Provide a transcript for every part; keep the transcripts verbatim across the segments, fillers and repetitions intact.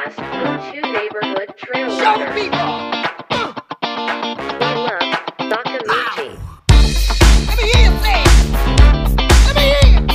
podcast from Two Neighborhood Trail Runners. We love Sakamichi. Let me hear you say it. Let me hear you.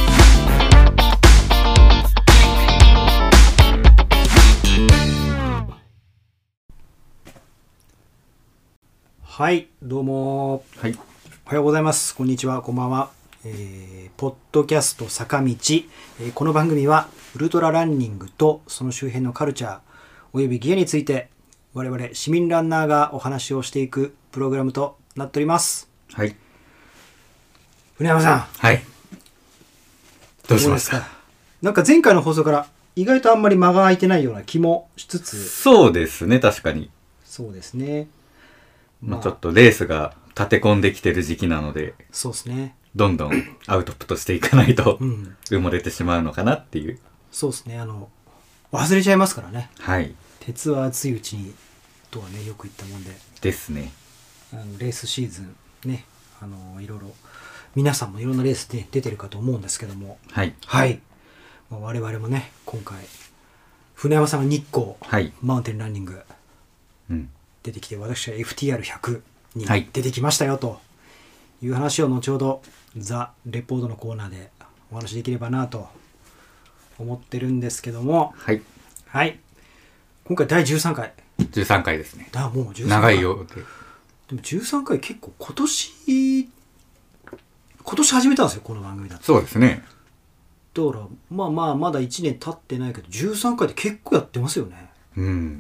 はい、どうも、 はい、 おはようございます。こんにちは、こんばんは。えー、ポッドキャスト坂道、えー。この番組はウルトラランニングとその周辺のカルチャーおよびギアについて我々市民ランナーがお話をしていくプログラムとなっております。 はい。 船山さん。 はい。どうしますか。 どうですか。なんか前回の放送から意外とあんまり間が空いてないような気もしつつ。 そうですね、確かに。 そうですね。 まあ、ちょっとレースが立て込んできてる時期なので、 そうですね。 どんどんアウトプットしていかないと、 うん、 埋もれてしまうのかなっていう。 そうですね。あの忘れちゃいますからね。 はい。 鉄は熱いうちにとはねよく言ったもんで。 ですね。 あのレースシーズンね、あのいろいろ皆さんもいろんなレースで出てるかと思うんですけども、 はい。 はい。まあ、我々もね今回船山さんが日光、 はい、 マウンテンランニング、 うん、 出てきて、私は エフティーアールひゃく にはい出てきましたよという話を後ほどザ・レポートのコーナーでお話しできればなと思ってるんですけども、 はい。 はい。今回だいじゅうさんかい。 じゅうさんかいですね。 だもうじゅうさんかい。 長いようで。 でもじゅうさんかい結構今年今年始めたんですよ、この番組だって。 そうですね。 だからまあまあまだいちねん経ってないけどじゅうさんかいで結構やってますよね。 うん。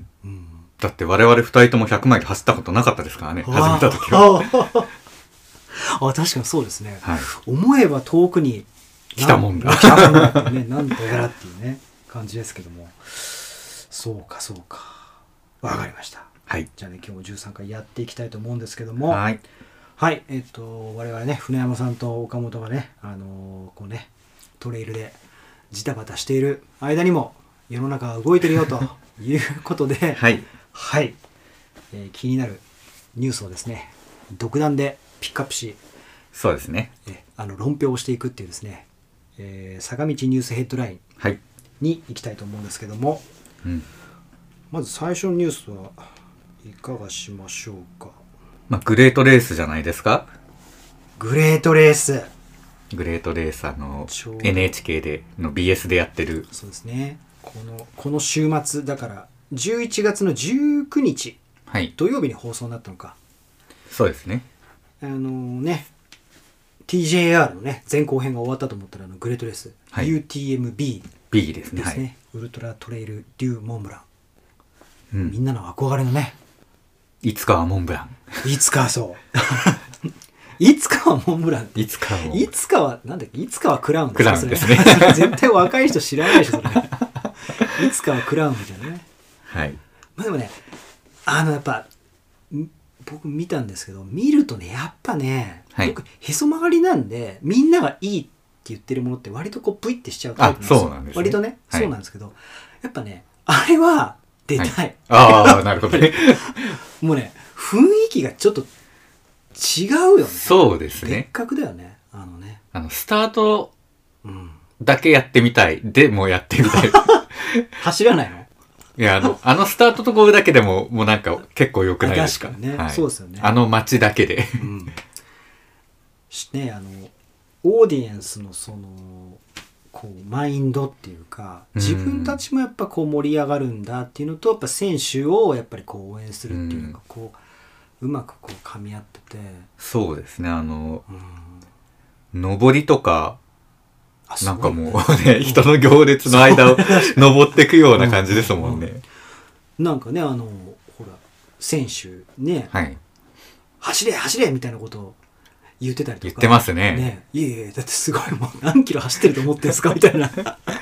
うん、 だって我々ふたりともひゃくマイル走ったことなかったですからね、始めた時は。 ああ確かにそうですね、 はい、 思えば遠くに来たもんだ来たもんだってね、なんとやらっていうね感じですけども、そうかそうか、わかりました。 はい。 じゃあね、今日もじゅうさんかいやっていきたいと思うんですけども、 はい。 はい、えっと我々ね、船山さんと岡本がね、あのー、こうねトレイルでジタバタしている間にも世の中は動いてるよということで、 はい、 はい、えー、気になるニュースをですね、独断でピックアップし、 そうですね。 えあの論評をしていくっていうですね、えー、坂道ニュースヘッドラインに行きたいと思うんですけども、 うん、 まず最初のニュースはいかがしましょうか。 まあ、グレートレースじゃないですか。 グレートレース。 グレートレース、あの エヌエイチケー での ビーエス でやってる。 そうですね。このこの週末だからじゅういちがつのじゅうくにち、 はい、 土曜日に放送になったのか。 そうですね。 あのね ティージェーエーアール のね前後編が終わったと思ったら、あのグレートレース、はい、ユーティーエムビー B ですね。 ですね、 はい、 ウルトラトレイルデューモンブラン、 うん、 みんなの憧れのね、 いつかはモンブラン、 いつかはそういつかはモンブラン、 いつかは、 いつかはなんだっけ、いつかはクラウンです、 クラウンですね絶対若い人知らないでしょそれいつかはクラウンみたいなね。 はい。 まあでもね、あのやっぱ僕見たんですけど、見るとねやっぱね、はい、僕へそ曲がりなんで、みんながいいって言ってるものって割とこうプイってしちゃうタイプなんですよ。 あ、そうなんですね。割とね、はい、そうなんですけど、やっぱねあれは出たい、はい、 ああなるほどねもうね雰囲気がちょっと違うよね。 そうですね。 別格だよね。あのね、 あのスタートだけやってみたい、うん、でもやってみたい走らないの？ いや、あのあのスタートとゴールだけでももうなんか結構良くないですか。 確かにね、 はい、 そうですよね。 あの街だけで、 うん、ね、あのオーディエンスのそのこうマインドっていうか、自分たちもやっぱこう盛り上がるんだっていうのと、やっぱ選手をやっぱりこう応援するっていうのがこう、うまくこう噛み合ってて。 そうですね。あの、 うん、 上りとかなんかもうね、人の行列の間を登っていくような感じですもんね。うんうん、なんかね、あのほら選手ね、 はい、 走れ走れみたいなことを言ってたりとか。 言ってますね。 ね、いえいえ、だってすごいもう何キロ走ってると思ってんすかみたいな、うん、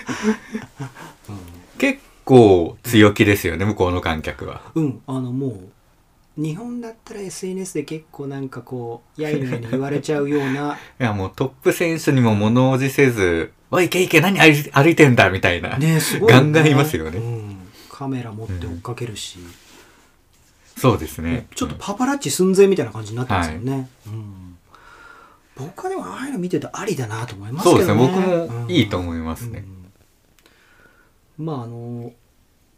結構強気ですよね、向こうの観客は。 うん、あのもう日本だったら エスエヌエス で結構なんかこうやいのように言われちゃうようないやもうトップ選手にも物おじせず、おい、いけいけ、何歩いてんだみたいな、 ね、すごいね、 ガンガンいますよね、うん、 カメラ持って追っかけるし、うん、 そうですね、 ちょっとパパラッチ寸前みたいな感じになってますよね、はい、うん、僕はでもああいうの見ててありだなと思いますけどね。 そうですね、僕もいいと思いますね、 うんうん、まああの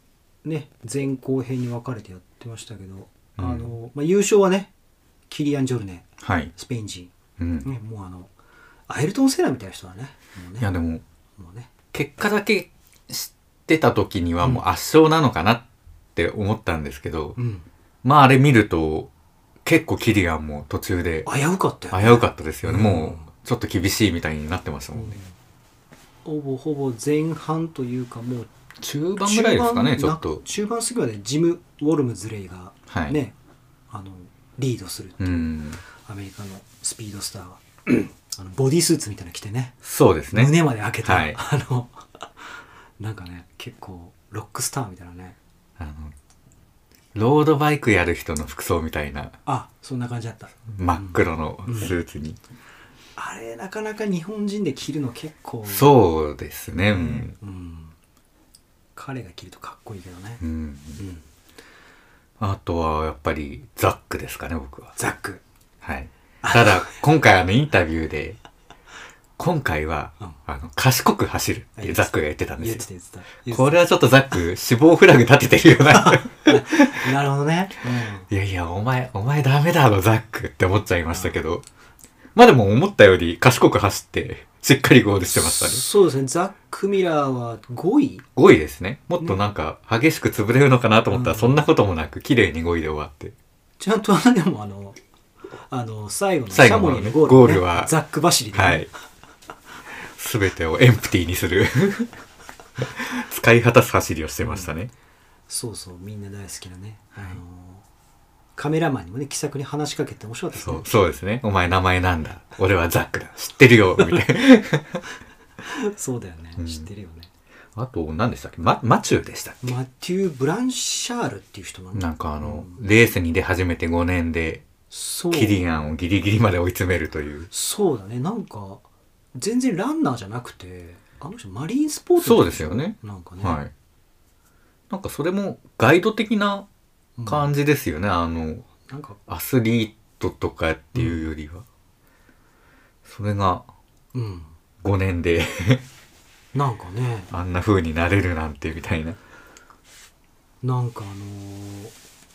ね前後編に分かれてやってましたけど、 うんあのまあ、優勝はねキリアン・ジョルネ、 はい、 スペイン人、 うんね、もうあのアイルトン・セナみたいな人だね。もうねいやでももうね結果だけ知ってた時にはもう圧勝なのかなって思ったんですけど、 うんまああれ見ると結構キリアンも途中で危うかったよね。 危うかったですよね、 うんもうちょっと厳しいみたいになってましたもんね、 ほぼほぼ前半というかもう中盤ぐらいですかねちょっと。 中盤過ぎまでジム・ウォルムズレイがはいね、あのリードするっていう、 うんアメリカのスピードスターがあのボディースーツみたいなの着てねそうですね。 胸まで開けた、 はいあのなんかね結構ロックスターみたいなね、 あのロードバイクやる人の服装みたいなあそんな感じだった。 真っ黒のスーツに、 あれなかなか日本人で着るの結構そうですね、うねんうん、彼が着るとかっこいいけどね、 うん、 うん、 あとはやっぱりザックですかね僕は。 ザック、 はい。ただ今回あのインタビューで今回は、 うんあの賢く走るっていうザックが言ってたんですよ。 言ってた言ってた言ってたこれはちょっとザック死亡フラグ立ててるよななるほどね、 いやいやお前お前ダメだろザックって思っちゃいましたけど、まあでも思ったより賢く走ってしっかりゴールしてましたね。 そうですね。ザック・ミラーはごいごいですね。もっとなんか激しく潰れるのかなと思ったら、 うんそんなこともなく綺麗にごいで終わって、 ちゃんとあのでもあのあの最後のシャ最後のねモニーのゴール,、ね、 ゴールはザック走りで、ね、 はい全てをエンプティーにする使い果たす走りをしてましたね、 そうそうみんな大好きなね、あのカメラマンにもね気さくに話しかけて面白かったですね。 そうそうですね。お前名前なんだ、俺はザックだ、知ってるよみたいなそうだよね、 うん知ってるよね。 あと何でしたっけ、ママチューでしたっけ。 マテュー・ブランシャールっていう人なのなんかあの、 うんレースに出始めてごねんでそうキリアンをギリギリまで追い詰めるという。 そうだね。なんか全然ランナーじゃなくてあの人マリンスポーツそうですよね。 なんかね、 はい。なんかそれもガイド的な感じですよね、あのなんかアスリートとかっていうよりは、それがうんごねんでなんかねあんな風になれるなんてみたいな。 なんかあのー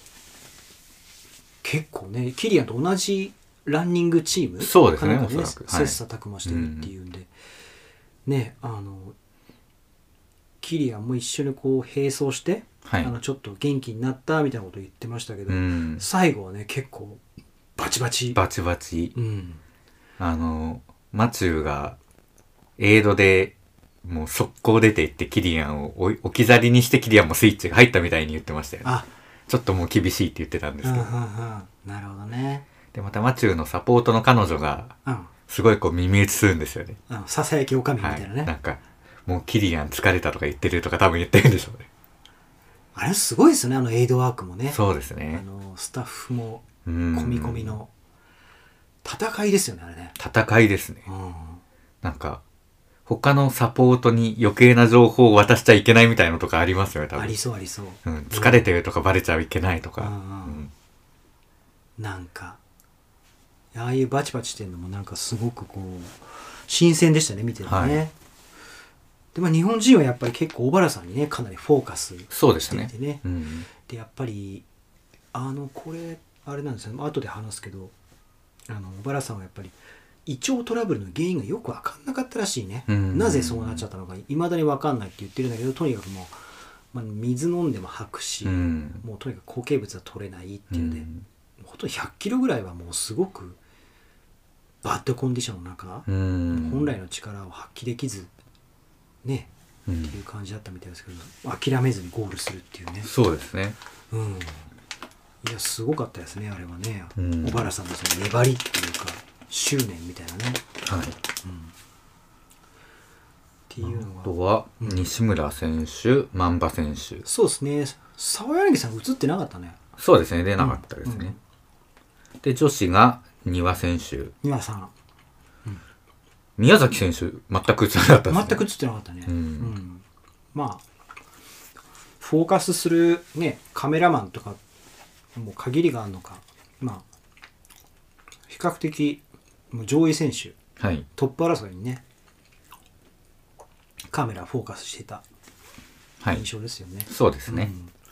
結構ねキリアンと同じランニングチームそうですねかなんかねおそらくはい切磋琢磨してるっていうんで、ねあのキリアンも一緒にこう並走して、 はいあのちょっと元気になったみたいなこと言ってましたけど、 うん最後はね結構バチバチバチバチ。 うんあのマチューがエイドでもう速攻出ていってキリアンを置い置き去りにしてキリアンもスイッチが入ったみたいに言ってましたよね。 あちょっともう厳しいって言ってたんでうんうんうすけど、 んなるほどねでまたマチューのサポートの彼女がうんすごいこう耳打ちするんですよね。 うんささやきおかみみはいたいなね、 なんかもうキリアン疲れたとか言ってるとか多分言ってるんでしょうね。 あれすごいですよねあのエイドワークもねそうですあね。 のスタッフもうん込み込みの戦いですよねあれね、 戦いですね。 うん、 なんか他のサポートに余計な情報を渡しちゃいけないみたいなのとかありますよね多分。 ありそうありそう、 うん、疲れてるとかバレちゃいけないとか、 うんうんなんかああいうバチバチしてるのもなんかすごくこう新鮮でしたね見てるのね、 はいでまあ日本人はやっぱり結構小原さんにねかなりフォーカスそうですねしていてねうん、 でやっぱりあのこれあれなんですよ後で話すけどあの小原さんはやっぱり胃腸トラブルの原因がよく分かんなかったらしいね、 うんなぜそうなっちゃったのかいまだに分かんないって言ってるんだけどとにかくもう、まあ、水飲んでも吐くし、 うんもうとにかく固形物は取れないっていうので、 うんほとんどひゃっキロぐらいはもうすごくバッドコンディションの中、 うん本来の力を発揮できずね、 うんっていう感じだったみたいですけど諦めずにゴールするっていうねそうですね。 うんいやすごかったですねあれはね、 うん小原さんのその粘りっていうか執念みたいなね、 はい。 うん、っていうのあとがは西村選手、万場選手。 そうですね沢柳さん映ってなかったねそうですね出なかったですね。で女子が丹羽選手、 皆さん宮崎選手全く映らなかったですね。 全く映ってなかったね、 うんうんまあフォーカスするねカメラマンとかもう限りがあるのかまあ比較的もう上位選手はい。 トップ争いにねカメラフォーカスしてたはい。 印象ですよね、 そうですね。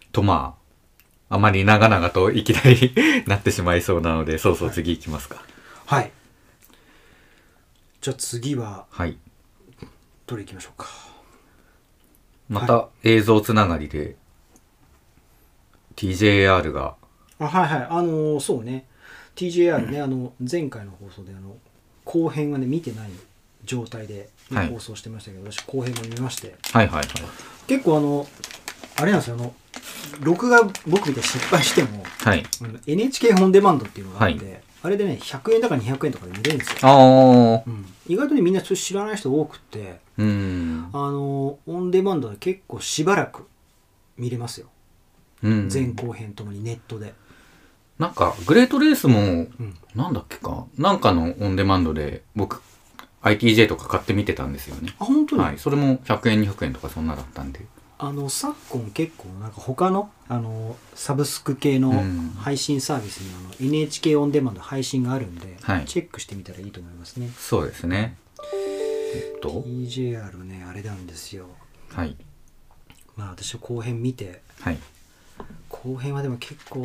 とまあ、あまり長々といきなりなってしまいそうなので、そうそう次行きますか。 はい。じゃあ次は、 はい。 どれ行きましょうか。 また映像つながりで、ティージェーアール が。 あ、はいはい。あのーそうね。ティージェーアール ね、あの、前回の放送で、あの、後編はね、見てない状態で、ねはい放送してましたけど、私後編も見まして、 はいはいはい。 結構あの、あれなんですよ、あの、録画僕みたいに失敗しても、 はい。 あの エヌエイチケー 本デマンドっていうのがあって、 はあれでね、ひゃくえんだかにひゃくえんとかで見れるんですよ。 ああ。 うん、意外とね、みんなちょっと知らない人多くて、 うーん。 あの、オンデマンドで結構しばらく見れますよ。 うん。 前後編ともにネットで。 なんか、グレートレースも、 うんなんだっけか、なんかのオンデマンドで、僕、アイティージェー とか買って見てたんですよね。 あ、本当に、 はい。それもひゃくえん、にひゃくえんとかそんなだったんで。 あの昨今結構なんか他のあのサブスク系のうん配信サービスにあの エヌエイチケー オンデマンド配信があるんで、 はいチェックしてみたらいいと思いますね。 そうですね。えっと、 ティージェーアール ね、あれなんですよ。 はい。 まあ私は後編見て、 はい。 後編はでも結構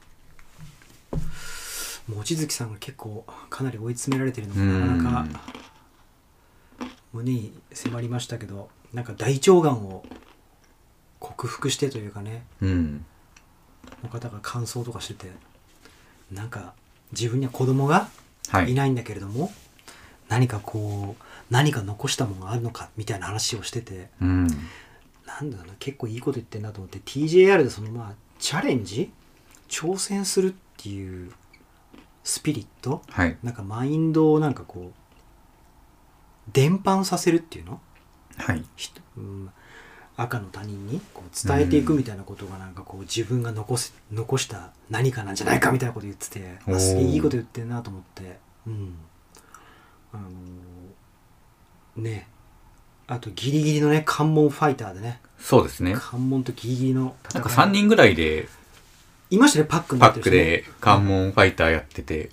望月さんが結構かなり追い詰められてるのがなかなか胸に迫りましたけど、なんか大腸がんを克服してというかね、 うん。 の方が感想とかしてて、なんか自分には子供がはい。 いないんだけれども、何かこう何か残したものがあるのかみたいな話をしてて、 うん。 なんだろうな、結構いいこと言ってんなと思って、 ティージェーアール でそのまあチャレンジ挑戦するっていうスピリット、 はい。 なんかマインドをなんかこう伝播させるっていうの、 はい。 ひとうん赤の他人にこう伝えていくみたいなことがなんかこう自分が残せ残した何かなんじゃないかみたいなこと言ってて、 おーあすげえいいこと言ってるなと思って、うんあのーねあとギリギリのね関門ファイターでね、 そうですね。 関門とギリギリの戦いなんかさんにんぐらいで、 いましたね、パックになパックってる人ねで関門ファイターやってて、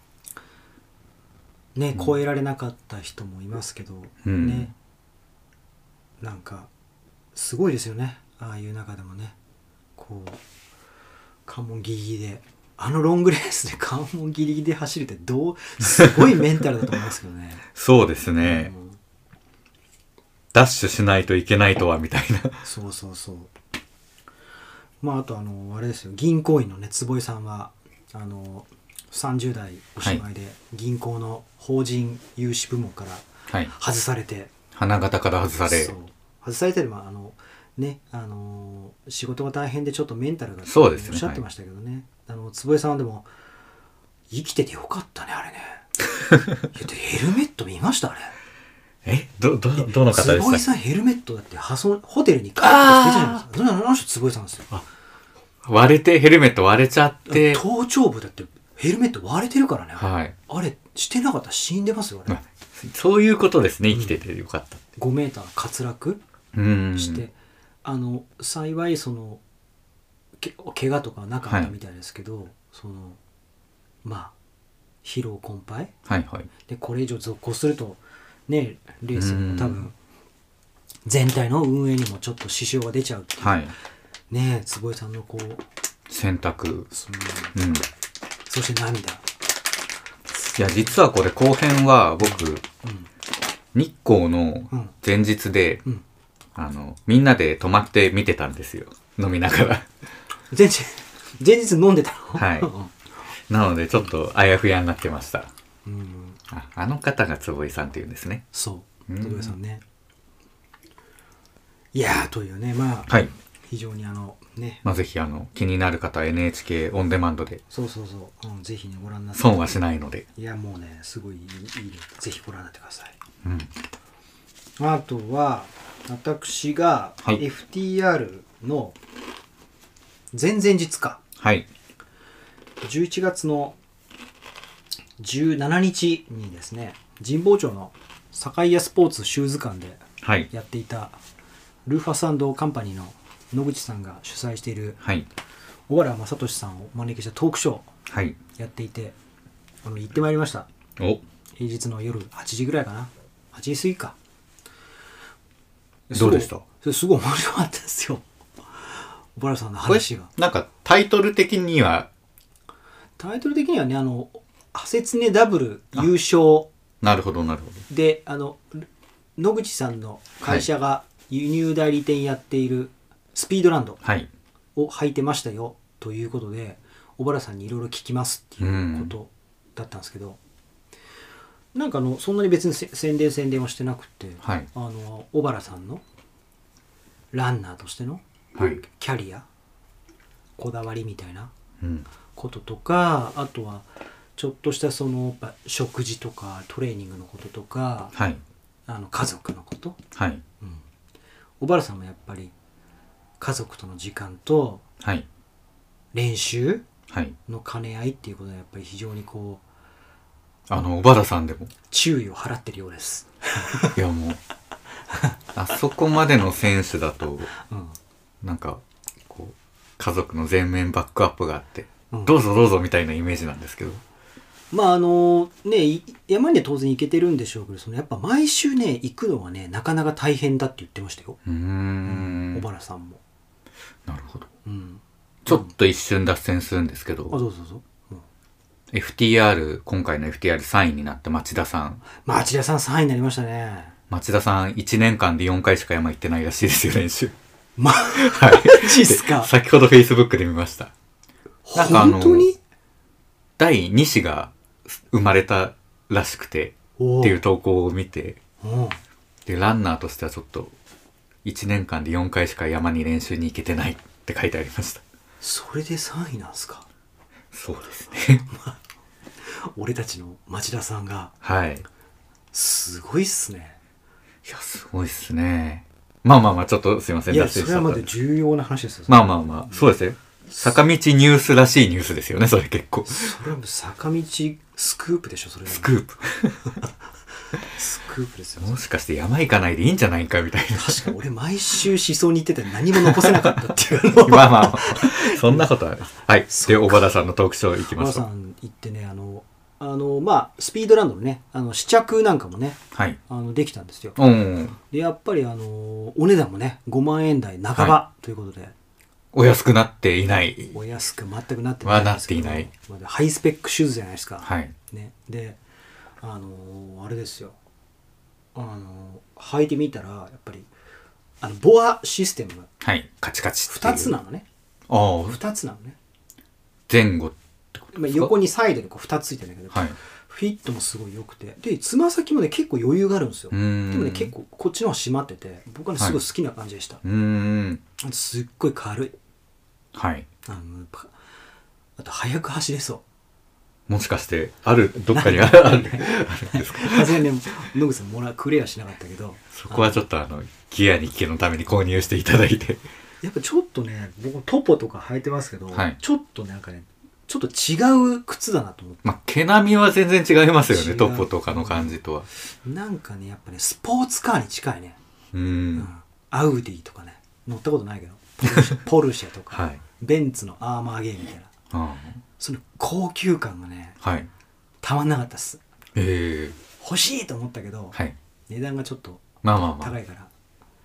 ね、超えられなかった人もいますけど、 うんねなんかすごいですよね、ああいう中でもね、こう関門ギリギリであのロングレースで関門ギリギリで走るってどうすごいメンタルだと思いますけどねそうですね。 うんダッシュしないといけないとは、みたいな。 そうそうそう。まああとあのあれですよ、銀行員のね坪井さんはあのさんじゅう代おしまいで銀行の法人融資部門からはい。 外されて、 花形から外されそう。外されてる、まああのねあの仕事が大変でちょっとメンタルがそうですねおっしゃってましたけどね、あの坪井さんはでも生きててよかったねあれねいやでヘルメット見ましたあれ。 えど、ど、どの方で坪井したっさんヘルメットだってハソホテルに帰ってきてじゃないですか。そんなのあの人坪井さんですよ。 け？割れて、ヘルメット割れちゃって。 頭頂部だってヘルメット割れてるからね。 はい。 あれしてなかったら死んでますよあれ。 あそういうことですね。生きててよかった。 ごメーター滑落うん。 して、あの幸いそのけ怪我とかはなかったみたいですけど、そのまあ疲労困憊はいはい。 でこれ以上続行するとねレースにも多分全体の運営にもちょっと支障が出ちゃうっていう、 はい。 ねえ坪井さんのこう選択。 そのうん。いそして涙、 や、実はこれ後編は僕、 うん日光のうん前日で、 うん、 あの、みんなで泊まって見てたんですよ。飲みながら。 前日前日飲んでたの。 はいなので、ちょっとあやふやになってました。 うん、 あ、あの方が坪井さんっていうんですね。 そううん戸部さんね。いやーというね、まあ、 はい。 非常にあのね、 まあ、ぜひ、あの、気になる方は エヌエイチケー オンデマンドで、 そうそうそう、うん、ぜひねご覧になって、 損はしないので。 いやもうねすごいいいいいね、ぜひご覧になってください。 うん。 あとは私がはいエフティーアール の前々日か、 はい。 じゅういちがつのじゅうしちにちにですね、神保町の堺屋スポーツシューズ館ではい。 やっていたルーファス&カンパニーの野口さんが主催しているはい。 小原正俊さんをお招きしたトークショーはい。 やっていて、あの行ってまいりました。 お、 平日の夜はちじぐらいかな、はちじ過ぎか。 どうでした？ すごいすごい面白かったですよ。 小原さんのこれ話が。 なんかタイトル的にはタイトル的にはね、あのハセツネダブル優勝なるほどなるほど。 で、あの野口さんの会社が輸入代理店やっているスピードランドはい。 を履いてましたよということで、小原さんにいろいろ聞きますっていうことだったんですけど、なんかあのそんなに別にせ宣伝宣伝はしてなくて、 はいあの小原さんのランナーとしてのはい。 キャリア、こだわりみたいなうん。 こととか、あとはちょっとしたそのやっぱ食事とかトレーニングのこととか、 はい。 あの家族のこと、 はい。 小原さんもやっぱり家族との時間とはい。 練習はい。 の兼ね合いっていうことでやっぱり非常にこうあの、小原さんでも。 注意を払ってるようです。 いやもう、あそこまでの選手だと、 うんなんか、こう、家族の全面バックアップがあって、 うんどうぞどうぞみたいなイメージなんですけど。 まああのねい山には当然行けてるんでしょうけど、そのやっぱ毎週ね行くのはねなかなか大変だって言ってましたよ、 うーん。 小原さんも。 なるほど。 うん、 ちょっと一瞬脱線するんですけど、 あどうぞどうぞ。うん、 エフティーアール、今回の エフティーアールさんいになった町田さん。 町田さんさんいになりましたね。 町田さんいちねんかんでよんかいしか山行ってないらしいですよ、練習。 マはい。 ジっすか。 先ほど Facebook で見ました。なんかあの本当にだいに子が生まれたらしくて、 おっていう投稿を見て、 うんで、ランナーとしてはちょっと、いちねんかんでよんかいしか山に練習に行けてないって書いてありました。 それでさんいなんすか。 そうですね。 俺たちの町田さんがはい。いすごいっすね。 や、すごいっすね。まあまあまあ、ちょっとすいません。 いや脱線しちゃったそれはまだ重要な話ですよ。 まあまあまあ、そうですよ。坂道ニュースらしいニュースですよね、それ結構。 それはもう坂道スクープでしょ。それはスクープ。 スクープですよ。 もしかして山行かないでいいんじゃないかみたいな。 確か俺毎週思想に行ってて何も残せなかったっていうのをまあまあまあ、そんなことはない。はい。で、小原さんのトークショー行き小原さましょう。 ん行ってね、あのあのまあスピードランドのねあの試着なんかもねはい。 あのできたんですよ。 うん。 でやっぱりあのお値段もねごまんえん台半ばということで、 お安くなっていない。 お安く全くなってないんですけど、 はなっていないまあハイスペックシューズじゃないですか、 はい。 ね、であのあれですよ、あの履いてみたらやっぱりあのボアシステムがはい。カチカチっていう。 ふたつなのね。 ああ、 ふたつなのね、 前後ってことまあ、 ですか。 横にサイドにこうふたつついてるんだけど、 はい。 フィットもすごい良くて、でつま先もね結構余裕があるんですよ。 うーん。 でもね結構こっちの方が締まってて僕はねすごい好きな感じでした、 うーん。 あとすっごい軽い、 はい。 あのパあと速く走れそうもしかして、ある、どっかにある、あるんですか。 さすがにね野口さんもらくれはしなかったけど、 そこはちょっとあの、ギアに行けのために購入していただいて。 やっぱちょっとね僕トポとか履いてますけど、 はいちょっとなんかねちょっと違う靴だなと思って、 まあ、毛並みは全然違いますよね、 違うトッポとかの感じとは。 なんかねやっぱねスポーツカーに近いね、 うーうんん。 アウディとかね乗ったことないけどポルシェポルシェとか、 はい。 ベンツのアーマーゲーみたいなあその高級感がねあはい。 たまんなかったっす。 ええ欲しいと思ったけど、 はい。 値段がちょっとまあまあまあ。 高いから、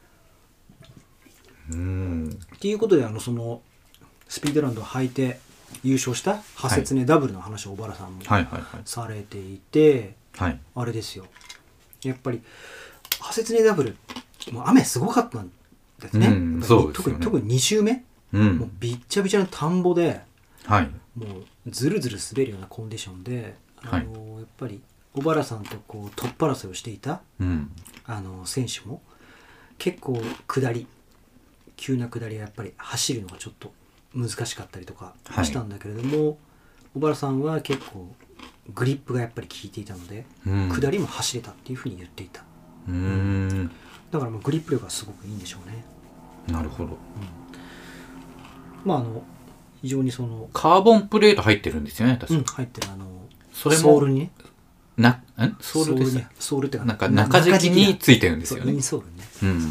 うーん。 っていうことであのそのスピードランドを履いて優勝したハセツネダブルの話を小原さんもはいはいはい。 されていて、 はい。 あれですよやっぱりハセツネダブルもう雨すごかったんですね、 うんやっぱりそうですよね特に特にに周目、 う。 もうんびっちゃびちゃの田んぼではい。 もうずるずる滑るようなコンディションで、あのやっぱり小原さんとこうトップ争いをしていたうん。 あの選手も結構下り急な下りはやっぱり走るのがちょっと難しかったりとかはいしたんだけれども、小原さんは結構グリップがやっぱり効いていたので、 うん。 下りも走れたっていうふうに言っていた。 うーん。 だからもうグリップ力がすごくいいんでしょうね。 なるほど。 まああの非常にその、 カーボンプレート入ってるんですよね、確か。 うん、入ってるあのそれもソールにねな、んソールですにソールってかなんか中敷きについてるんですよねそうイン。ソールにね、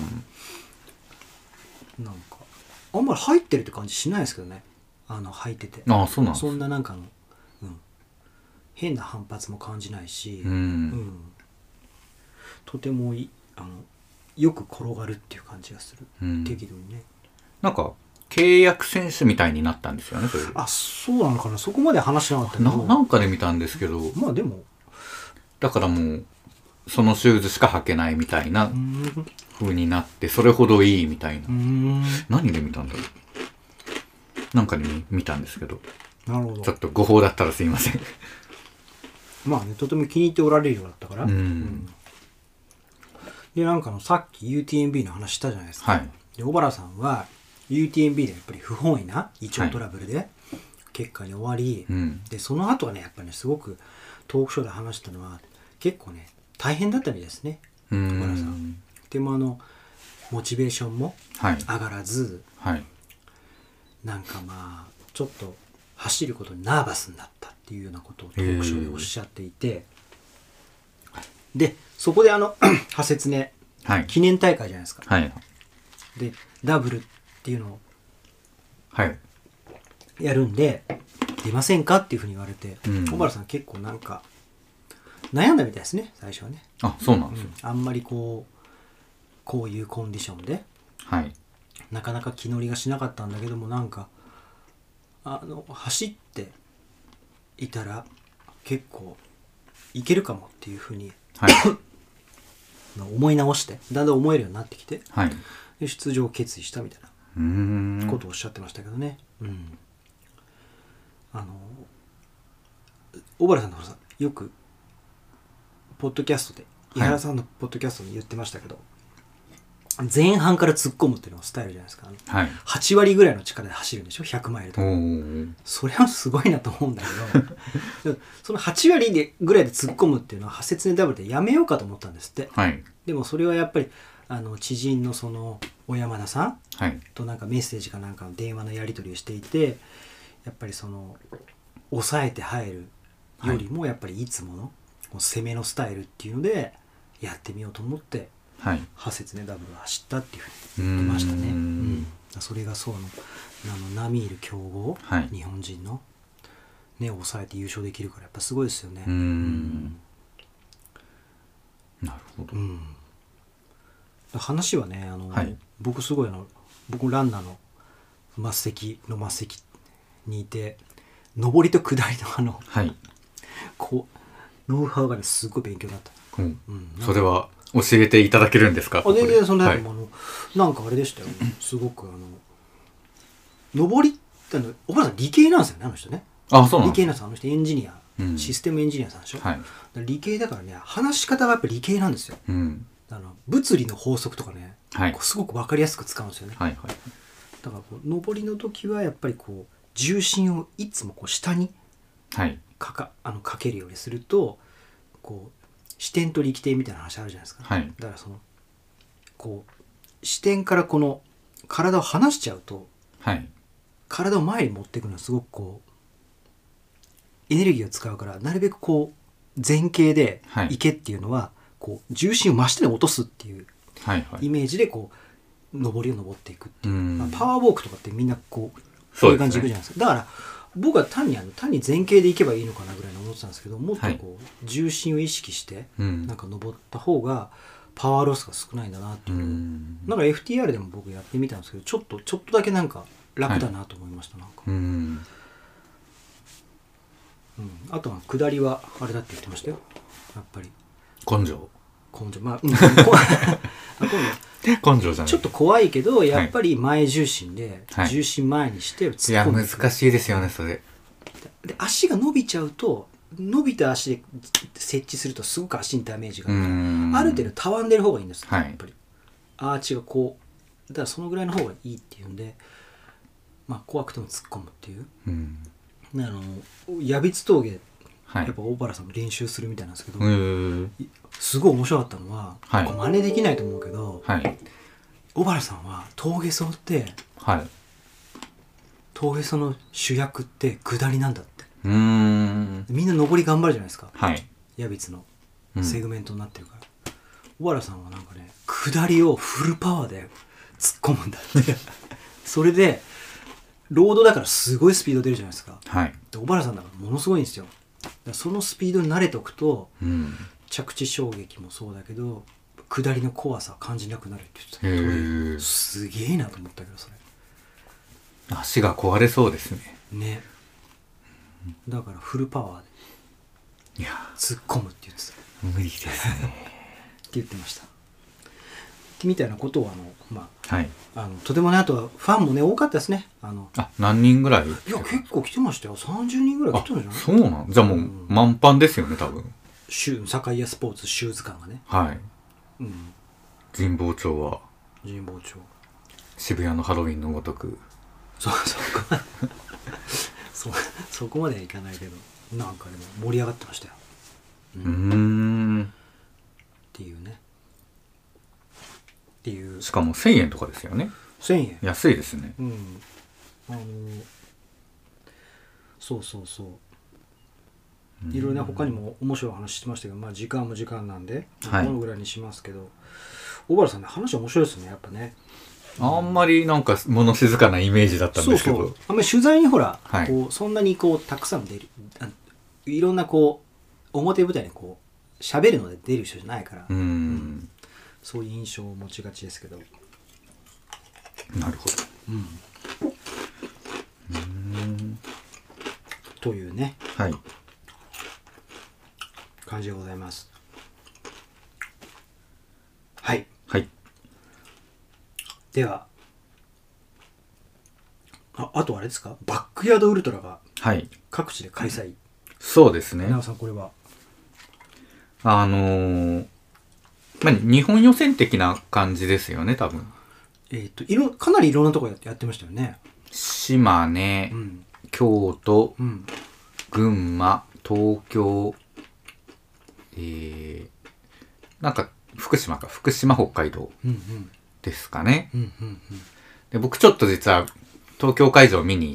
うん。 なんかあんまり入ってるって感じしないですけどね、あの履いててああ、そうなんですそんななんかの、うん、変な反発も感じないし、 う。 うんんとてもいいあのよく転がるっていう感じがする、 うん適度にね。 なんか、 契約選手みたいになったんですよね、それで。 あ、そうなのかな、そこまで話しなかったけど。 ななんかで見たんですけど、 まあでも、 だからもうそのシューズしか履けないみたいなうーん。 風になって、それほどいいみたいな。 うーん。 何で見たんだろう。なんかで見見たんですけど、 なるほど。 ちょっと誤報だったらすいません。 まあね、とても気に入っておられるようだったから。 うんうんで、なんかのさっき ユーティーエムビー の話したじゃないですか。 はい。 で、小原さんは ユーティーエムビー でやっぱり不本意な胃腸トラブルで結果に終わり、 うん。 で、その後はね、やっぱりね、すごくトークショーで話したのは結構ね、大変だったみたいですね。 うー小原さん。 ん。 でもあの、モチベーションもはい。 上がらず、 はい。 なんかまあ、ちょっと走ることにナーバスになったっていうようなことをトークショーでおっしゃっていて、で、そこであの、ハセツネはい。 記念大会じゃないですか。 はい。 で、ダブルっていうのをはい。 やるんで、出ませんかっていうふうに言われて、 うん小原さん結構なんか、悩んだみたいですね、最初はね。 あ、そうなんですよ。 あんまりこう、こういうコンディションで、 はい。 なかなか気乗りがしなかったんだけども、なんか、あの、走っていたら、結構、いけるかもっていうふうにはい。 思い直して、だんだん思えるようになってきて、 はい。 で出場を決意したみたいなうーん。 ことをおっしゃってましたけどね。うん。あの、小原さんのほらさ、よく、ポッドキャストで、井原さんのポッドキャストに言ってましたけど、前半から突っ込むっていうのがスタイルじゃないですか。あのはい。 はち割ぐらいの力で走るんでしょ ?ひゃく マイルとおか。 ー。 それはすごいなと思うんだけど、でもそのはち割でぐらいで突っ込むっていうのは、ハセツネダブルでやめようかと思ったんですって。 はい。 でもそれはやっぱり、あの、知人のその、小山田さんはい。 となんかメッセージかなんかの電話のやり取りをしていて、やっぱりその抑えて入るよりもやっぱりいつものこう攻めのスタイルっていうのでやってみようと思ってはい。 ハセツネダブルを走ったっていうふうに言ってましたね。 うーんうんそれがそうのあのナミール強豪、 はい日本人のね抑えて優勝できるからやっぱすごいですよね。 うーん。なるほど。 うん話はねあの、 はい僕すごいあの僕ランナーの末席の末席にいて上りと下りのあのはい。 こうノウハウがねすごい勉強になった。 うん。 うん、 それは教えていただけるんですか？ あ全然そんなはいやつもあの、なんかあれでしたよ、すごくあの上りってあのおばあさん理系なんですよねあの人ね。 あ、そうなんです理系なんですあの人エンジニア、 うんシステムエンジニアさんでしょ、 はい。 だから理系だからね話し方がやっぱり理系なんですよ。 うん。 あの物理の法則とかね、 はいこうすごく分かりやすく使うんですよね。 はいはい。 だからこう上りの時はやっぱりこう重心をいつもこう下にはい。 かかあのかけるようにするとこう視点と力点みたいな話あるじゃないですか。 はい。 だからそのこう視点からこの体を離しちゃうとはい。 体を前に持っていくのはすごくこうエネルギーを使うからなるべくこう前傾ではいいけっていうのは、こう重心を真下に落とすっていうはいはい。 イメージでこう上りを登っていくっていう、 うんまあ、パワーウォークとかってみんなこうそういう感じでいくじゃないですか。だから僕は単にあの単に前傾でいけばいいのかなぐらいに思ってたんですけど、もっとこう重心を意識してうん。 なんか登った方がパワーロスが少ないんだなってういう、 ん。 なんか エフティーアール でも僕やってみたんですけどちょっとちょっとだけなんか楽だなと思いました、なんか、 うん。 うん、あとは下りはあれだって言ってましたよやっぱり根性。 根性まあ、うん、こあ今根性じゃない。 度ちょっと怖いけどやっぱり前重心で、 はい重心前にしていや、 突っ込んで難しいですよね、それ。 で足が伸びちゃうと伸びた足で設置するとすごく足にダメージがうあるから、 ん。 ある程度たわんでる方がいいんです、 はいやっぱりアーチがこうだからそのぐらいの方がいいっていうんで、まあ、怖くても突っ込むっていううん。 あの矢櫃峠はい。 やっぱ大原さんも練習するみたいなんですけど、 うーん。 すごい面白かったのは、 はいこれ真似できないと思うけどはい。 小原さんは峠走ってはい。 峠走の主役って下りなんだってうーん。 みんな上り頑張るじゃないですかはい。 矢櫃のうんセグメントになってるから、小原さんはなんかね下りをフルパワーで突っ込むんだってそれでロードだからすごいスピード出るじゃないですか。 はい。 で小原さんだからものすごいんですよ。だからそのスピードに慣れておくとうん。 着地衝撃もそうだけど下りの怖さは感じなくなるって言ってたへけどーすげえなと思ったけどそれ足が壊れそうですね。 ね。だからフルパワーでいや突っ込むって言ってた。 無理ですね。 って言ってました。みたいなことをあのまあ、 はい。 あのとてもね、あとはファンもね多かったですね。あのあ、何人ぐらい？ いや結構来てましたよ。さんじゅうにんぐらいあ来てたんじゃない？ そうなんじゃあもう満帆ですよね多分。 シュ堺屋スポーツシューズ館がね。 はい。 うん。 神保町は神保町。 渋谷のハロウィンのごとく。 そそこまでそそこまではいかないけど、なんかでも盛り上がってましたよ。 うーん。 っていうね。っていう。 しかもせんえんとかですよね。 せんえん。 安いですね。 うん。あのそうそうそう。いろいろね他にも面白い話してましたけど、まあ時間も時間なんで、 はいこのぐらいにしますけど、小原さんね話面白いですねやっぱね。 あんまりなんか物静かなイメージだったんですけど。 そうそう。あんまり取材にほら、 はいこうそんなにこうたくさん出る、あいろんなこう表舞台にこう喋るので出る人じゃないから、 うーん。 そういう印象を持ちがちですけど。 なるほど。 うん。 うーん。 というねはい。 感じでございます。はい。 はい。 では、ああとあれですか、バックヤードウルトラがはい。 各地で開催。 そうですね。 奈緒さんこれは。 あのー、まあ、日本予選的な感じですよね、多分。 えっ、といろかなりいろんなところやってやってましたよね。 島根、 うん京都、 うん群馬、東京、えー、なんか福島か、福島、北海道うんうんですかね。 うんうんうん。 で、僕ちょっと実は東京会場見に行って、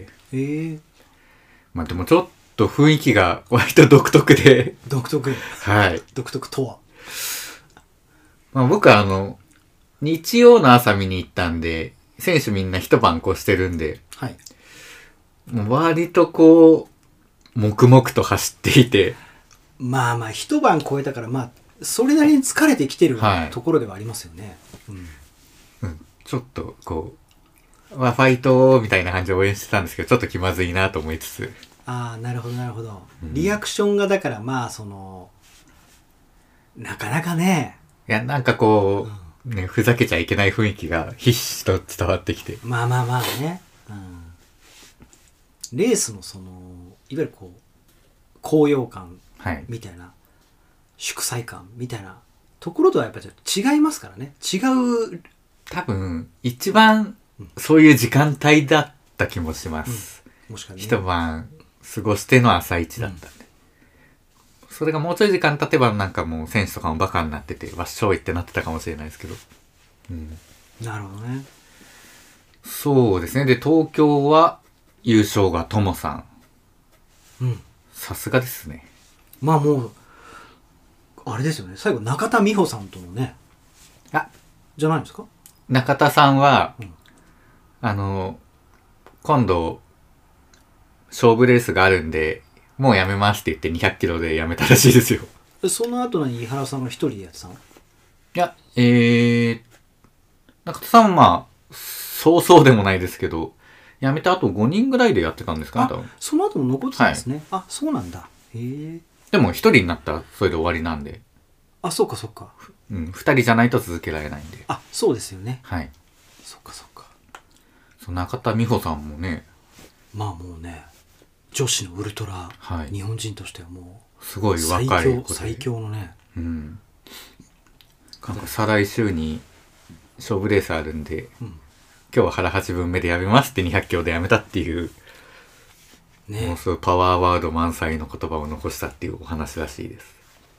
えー、 まあでもちょっと雰囲気が割と独特で、 独特はい。 独特とは。 まあ僕はあの、日曜の朝見に行ったんで、選手みんな一晩越してるんで、 はい。 もう割とこう、黙々と走っていて、 まあまあ一晩超えたから、まあそれなりに疲れてきてるはいところではありますよね。うんうん、ちょっとこう、まあ、ファイトみたいな感じで応援してたんですけど、ちょっと気まずいなと思いつつ。 ああなるほどなるほど、 うんリアクションがだからまあそのなかなかね、 いや、なんかこう、ね、ふざけちゃいけない雰囲気がひしひしと伝わってきて。 まあまあまあね、うん、レースのそのいわゆるこう高揚感はい。 みたいな祝祭感みたいなところとはやっぱりちょっと違いますからね。違う、 多分、一番そういう時間帯だった気もします。 もしかね一晩過ごしての朝一だったんで。それがもうちょい時間経てばなんかもう選手とかもバカになってて、わっしょいってなってたかもしれないですけど。うん。 なるほどね。 そうですね。で、東京は優勝がともさん。 うん。 さすがですね。 まあもうあれですよね。最後中田美穂さんとのね、 あ、 じゃないんですか？ 中田さんは、 うんあの、今度、勝負レースがあるんで、もうやめますって言ってにひゃくキロでやめたらしいですよ。 でその後に井原さんが一人でやってたの？ いや、えー、中田さんはまあ、そうそうでもないですけど、やめた後ごにんぐらいでやってたんですかね、多あ分。 その後も残ってたんですね。あそうなんだ。へえ。 でも一人になったらそれで終わりなんで、 あそうかそうか。 うん、二人じゃないと続けられないんで。 あそうですよね。 はい。 そっかそっか。 そう中田美穂さんもね、 まあもうね女子のウルトラ、 はい日本人としてはもすごいう最若い子で。 強最強のね。 うん。なんか再来週に勝負レースあるんで、 うん今日は腹八分目でやめますってにひゃくキロでやめたっていう、もうねすごいパワーワード満載の言葉を残したっていうお話らしいです。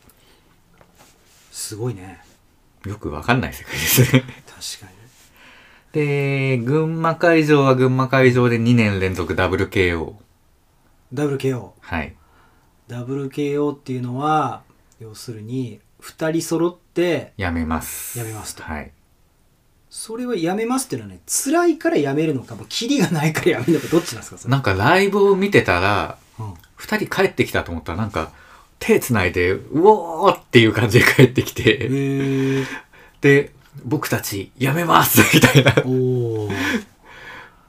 すごいね。 よくわかんない世界ですね。 確かに。 で、群馬会場は群馬会場でにねん連続 ダブリューケーオー。 ダブルケーオー。 はい。 ダブルケーオー っていうのは要するにふたり揃ってやめます。 やめますとはい。 それはやめますっていうのはね、辛いからやめるのかもうキリがないからやめるのかどっちなんですかそれ？ なんかライブを見てたら、 うん二人帰ってきたと思ったらなんか手繋いで、うおーっていう感じで帰ってきて、 へーで、僕たちやめますみたいなおー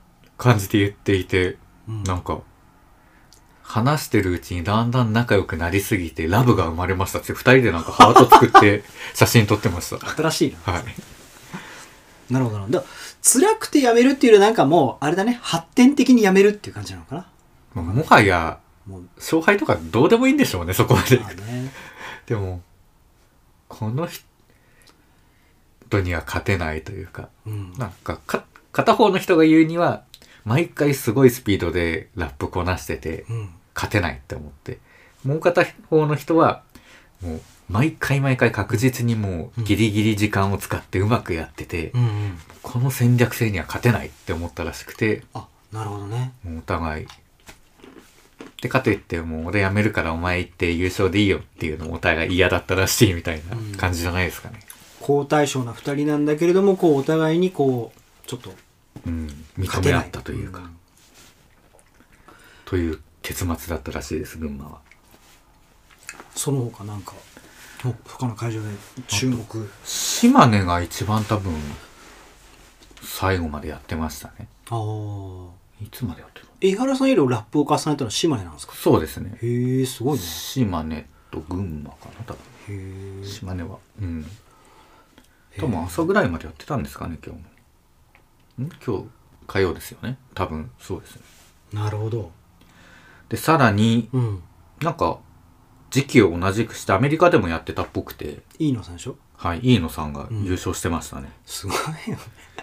感じで言っていて、 うんなんか話してるうちにだんだん仲良くなりすぎてラブが生まれましたって二人でなんかハート作って写真撮ってました。 新しいな。 はい。 なるほどな。だから辛くてやめるっていうよりなんかもうあれだね、発展的にやめるっていう感じなのかな。 もうもはやもう勝敗とかどうでもいいんでしょうね、そこまで。 まあね。 でもこの人には勝てないというか、 うん。 なんかか片方の人が言うには毎回すごいスピードでラップこなしててうん。 勝てないって思って、もう片方の人はもう毎回毎回確実にもうギリギリ時間を使ってうまくやってて、 うんうん。 この戦略性には勝てないって思ったらしくて、 あ、なるほどね。 もうお互いでかといってもう俺辞めるからお前行って優勝でいいよっていうのもお互い嫌だったらしいみたいな感じじゃないですかね。 好対照な二人なんだけれども、こうお互いにこうちょっとうん、 勝てない認め合ったというか、 んという結末だったらしいです群馬は。 その他なんかお他の会場で注目。 島根が一番多分最後までやってましたね。 ああ。 いつまでやってたの？ 江原さんよりラップを重ねたのは島根なんですか？ そうですね。 へえ、すごいね。 島根と群馬かな多分。 へえ。 島根はうんへー多分朝ぐらいまでやってたんですかね今日も。ん今日火曜ですよね多分。そうですね。 なるほど。 でさらにうん。 なんか時期を同じくしてアメリカでもやってたっぽくて、 いいのさんでしょ？ はい、飯野さんが優勝してましたね。 すごいよね。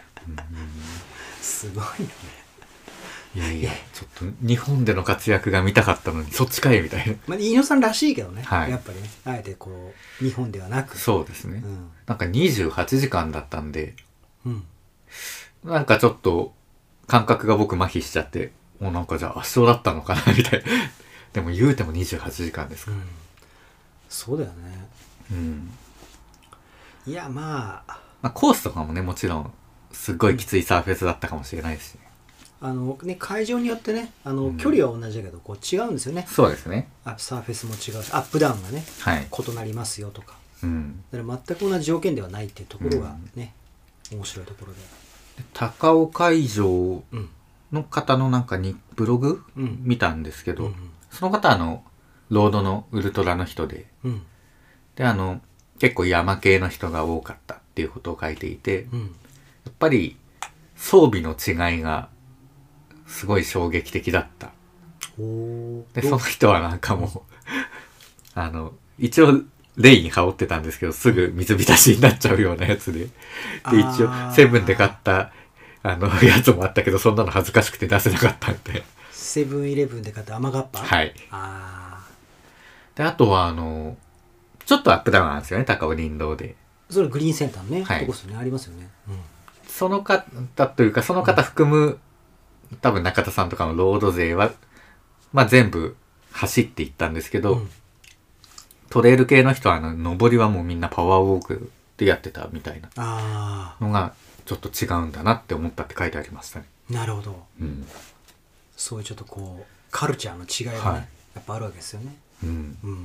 すごいよね。 いやいやちょっと日本での活躍が見たかったのにそっちかいみたいな。 まあ、飯野さんらしいけどね。 はいやっぱりね。あえてこう、日本ではなく。 そうですね、 うん。 なんかにじゅうはちじかんだったんでうん。 なんかちょっと感覚が僕麻痺しちゃって、もうなんかじゃあ圧勝だったのかなみたいな。でも言うてもにじゅうはちじかんですかうん。そうだよね。 ら、うんいや、まあ、 まあ、コースとかもねもちろんすっごいきついサーフェスだったかもしれないですしね。 あのね、会場によってね、あの、 うん距離は同じだけど、こう違うんですよね。 そうですね。 あサーフェスも違うし、アップダウンがね、 はい。 異なりますよとか。 うん。 だから全く同じ条件ではないっていうところがね、面白いところで。 高尾会場うん。 の方のなんかにブログ、 うん見たんですけど、 うんその方はあのロードのウルトラの人で、 うん。 であの結構山系の人が多かったっていうことを書いていて、 うん。 やっぱり装備の違いがすごい衝撃的だった。 おーでその人はなんかもうあの一応レイン羽織ってたんですけどすぐ水浸しになっちゃうようなやつで、で一あー応セブンで買ったあのやつもあったけどそんなの恥ずかしくて出せなかったんで、 セブンイレブンで買った甘がっぱ。 はい。 あであとはあのちょっとアップダウンなんですよね高尾林道で。 あ。それグリーンセンターのね、 はいとこですよね。ありますよね。 その方というかその方含む、多分中田さんとかのロード勢はまあ全部走っていったんですけど、 うん。うんトレイル系の人はあの上りはもうみんなパワーウォークでやってたみたいなああ。 のがちょっと違うんだなって思ったって書いてありましたね。 なるほど。 うん。 そういうちょっとこう、カルチャーの違いがね、 はいやっぱあるわけですよね。 うん。 うん。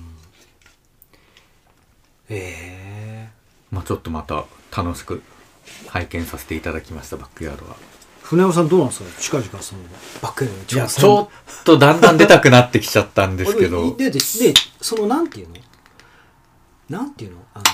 ええまあちょっとまた楽しく拝見させていただきましたバックヤードは。 船尾さんどうなんですか近々そのバックヤードのいやちょっとだんだん出たくなってきちゃったんですけどでででそのなんていうのなんていうのあの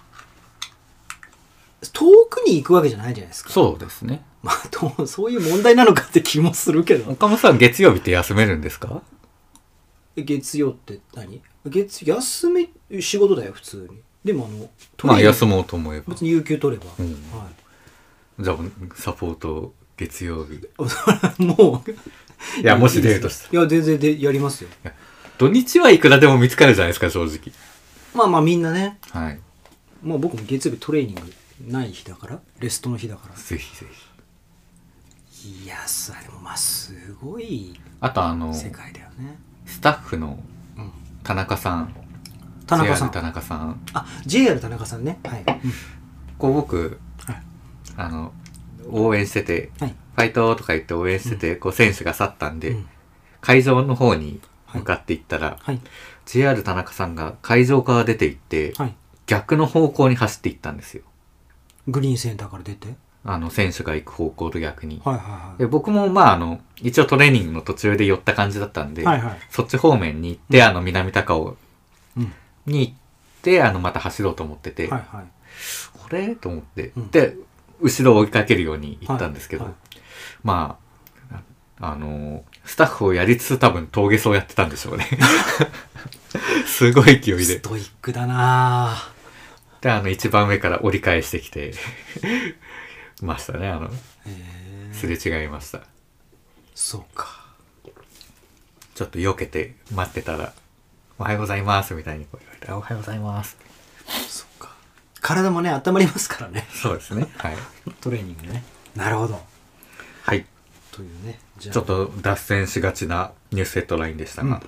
遠くに行くわけじゃないじゃないですか。 そうですね。 まあとそういう問題なのかって気もするけど。 岡本さん月曜日って休めるんですか？ 月曜って何？月休み仕事だよ普通に。でもあのまあ休ももうと思えば。 別に有給取れば、 うんはじゃあサポート月曜日。 い、もういやもし出るとしたらいや全然でやりますよ。 土日はいくらでも見つかるじゃないですか正直。 まあまあみんなね。 はい。 まあ僕も月曜日トレーニングない日だからレストの日だから。 ぜひぜひ。 いやさでもまあすごいあとあの世界だよね。 スタッフのうん。 田中さん。 田中さんジェイアール 田中さん。 あ ジェイアール 田中さんね。はい。うんこう僕、 はいあの応援してて、 はい。 ファイトとか言って応援してて、こう選手が去ったんで、 うん会場の方に向かっていったら、 はい。 ジェイアール 田中さんが会場から出て行って、 はい。 逆の方向に走っていったんですよ。 グリーンセンターから出て。 あの選手が行く方向と逆に、 はいはいはいで僕もまああの一応トレーニングの途中で寄った感じだったんで、 はいはいそっち方面に行って、あの南高尾うんに行ってあのまた走ろうと思ってて、 はいはいこれと思って、 うんで後ろを追いかけるように行ったんですけど、 はいはいまああのスタッフをやりつつ多分峠走やってたんでしょうねすごい勢いでストイックだなぁ。 であの一番上から折り返してきてましたね。あのへえすれ違いました。 そうか。 ちょっと避けて待ってたらおはようございますみたいにこう言われて、おはようございます。 そうか。体もね温まりますからね。 そうですね。はい。 トレーニングでね。なるほど。 はい。 というね。じゃあちょっと脱線しがちなニュースヘッドラインでしたが。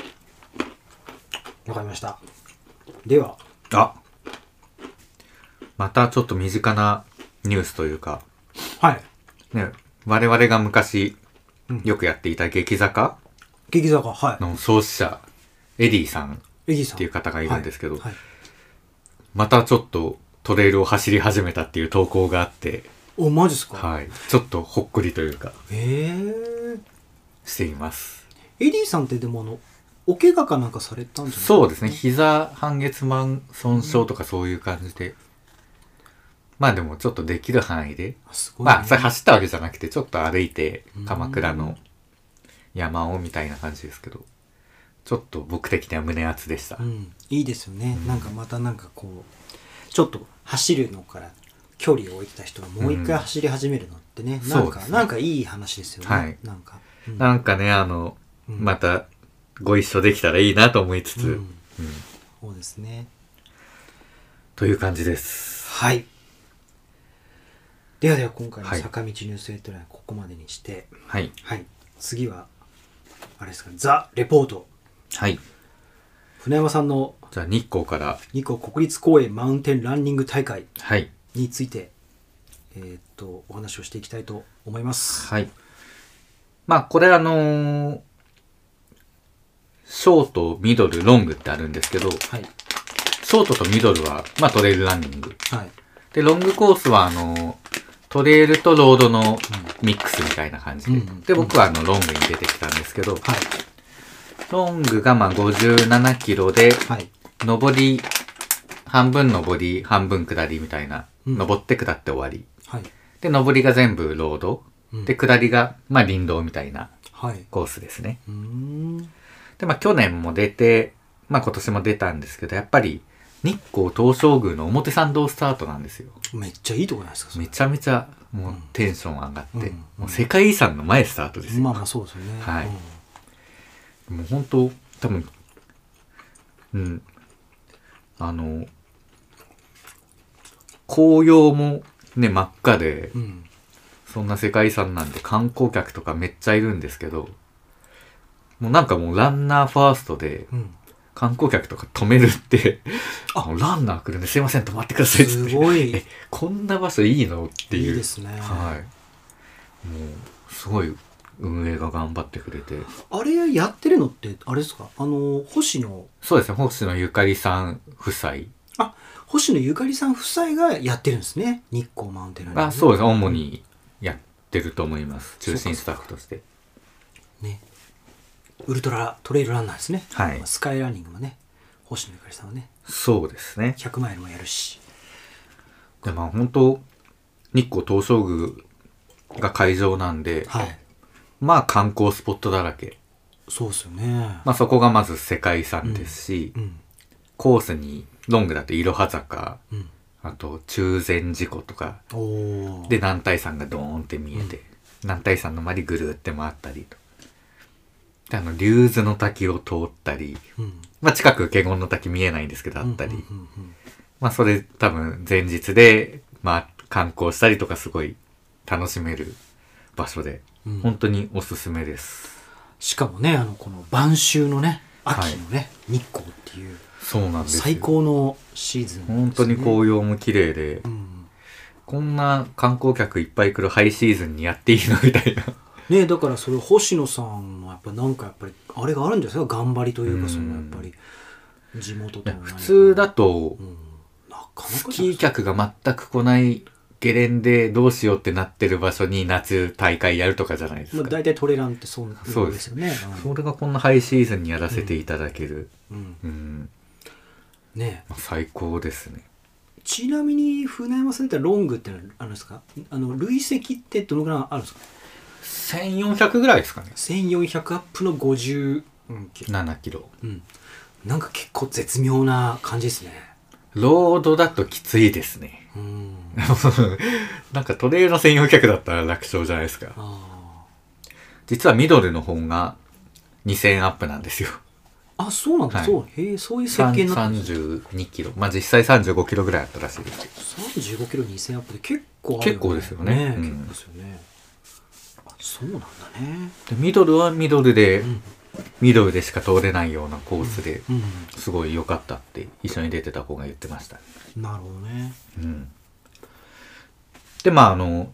わかりました。では、 あまたちょっと身近なニュースというか、 はい。 ね、我々が昔うんよくやっていた劇坂激坂、はい。 の創始者、エディさんっエギーさん。 ていう方がいるんですけど、 はいはいまたちょっとトレイルを走り始めたっていう投稿があって、 お、マジっすか。 はい。ちょっとほっこりというか、 へえ。 しています。 エディさんってでもあのお怪我かなんかされたんじゃないそうですね。膝半月板損傷とかそういう感じで。まあでもちょっとできる範囲で。 あすごいね、 まあそれ走ったわけじゃなくて、ちょっと歩いて鎌倉の山をみたいな感じですけど、ちょっと僕的には胸熱でした。 うん、いいですよね、なんかまたなんかこうちょっと走るのから距離を置いてた人がもう一回走り始めるのってね、 うんなんか、 そうですねなんかいい話ですよね、 はいなんか、うんなんかね、あの、 うんまたご一緒できたらいいなと思いつつ、 うんうんそうですね。 という感じです。 はい。ではでは今回のはい坂道ニュースヘッドラインここまでにして、 はい。 はい、次はあれですか、ザ・レポート、 はい。 船山さんのじゃあ日光から、 日光国立公園マウンテンランニング大会はい。 について、えーっとお話をしていきたいと思います。 はい。まあこれあのーショート、ミドル、ロングってあるんですけど、 はいショートとミドルは、まあトレイルランニング。 はいで、ロングコースはあの、トレイルとロードのミックスみたいな感じで。 うんで、僕はあの、ロングに出てきたんですけど、 はいロングがまあごじゅうななキロで、 はい上り、半分上り、半分下りみたいな、 うん上って下って終わり。 はいで、上りが全部ロード。 うんで、下りが、まあ林道みたいなはい。 コースですね。 うーんで、まあ去年も出て、まあ今年も出たんですけど、やっぱり日光東照宮の表参道スタートなんですよ。 めっちゃいいとこじゃないですか。それめちゃめちゃもうテンション上がって、 うんもう世界遺産の前スタートですよ。 まあまあそうですよね。 はいうんもう本当多分、うん。あの、紅葉もね、真っ赤で、 うん。 そんな世界遺産なんで観光客とかめっちゃいるんですけど、もうなんかもうランナーファーストでうん。 観光客とか止めるって、 ああのランナー来るんですいません止まってくださいっつって。 すごいえ、こんな場所いいのっていう。 いいですね。 はい。もう、すごい運営が頑張ってくれて。 あれやってるのってあれですか？あの星野そうですね、星野ゆかりさん夫妻。 あ星野ゆかりさん夫妻がやってるんですね。日光マウンテンランニングあ、そうです。主にやってると思います。中心スタッフとして。 ね。ウルトラトレイルランナーですね。 はいスカイランニングもね、星野ゆかりさんはね、 そうですね。 ひゃくマイルもやるし。 でまあ本当日光東照宮が会場なんで、 はい。 まあ観光スポットだらけ。 そうですよね。 まあそこがまず世界遺産ですし、 うん。 コースにロングだといろは坂、 うん。 あと中禅寺湖とか、 おお。 で南大山がドーンって見えて、南大山の周りぐるーって回ったりと。であの竜頭の滝を通ったり、 うん。 まあ近く華厳の滝見えないんですけどあったり、 うんうんうんまあそれ多分前日でまあ観光したりとかすごい楽しめる場所で、 うん本当におすすめです。 しかもね、あのこの晩秋のね、秋のね、日光っていうそうなんですよ。 最高のシーズンですね。 本当に紅葉も綺麗で、 うん。 こんな観光客いっぱい来るハイシーズンにやっていいのみたいな。 ね、だからそれ星野さんのやっぱなんかやっぱりあれがあるんですよ、頑張りというか、 うんそのやっぱり地元との何か普通だとうん、なかなかスキー客が全く来ないゲレンデどうしようってなってる場所に夏大会やるとかじゃないですか。 まあ、大体トレランってそうそうですですよね。 それがこんなハイシーズンにやらせていただける。 うんうんうん。 ねまあ最高ですね。 ちなみに船山さんってロングってのはあるんですか？あの累積ってどのぐらいあるんですか？ せんよんひゃくぐらいですかね。 せんよんひゃくアップのごじゅう、うんななキロ。 うん、なんか結構絶妙な感じですね。 ロードだときついですね。 うんなんかトレイルのせんよんひゃくだったら楽勝じゃないですか。 あ実はミドルの方がにせんアップなんですよ。 あそうなんだ、 はいそうへえそういう設計になってるんですさんじゅうにキロ。まあ実際さんじゅうごキロぐらいあったらしいですけど。 さんじゅうごキロにせんアップで結構あるよね。 結構ですよねうん結構ですよね。あそうなんだね。 でミドルはミドルで、 んミドルでしか通れないようなコースで、 うんすごい良かったって一緒に出てた子が言ってましたね。 なるほどね。 うん。で、まああの、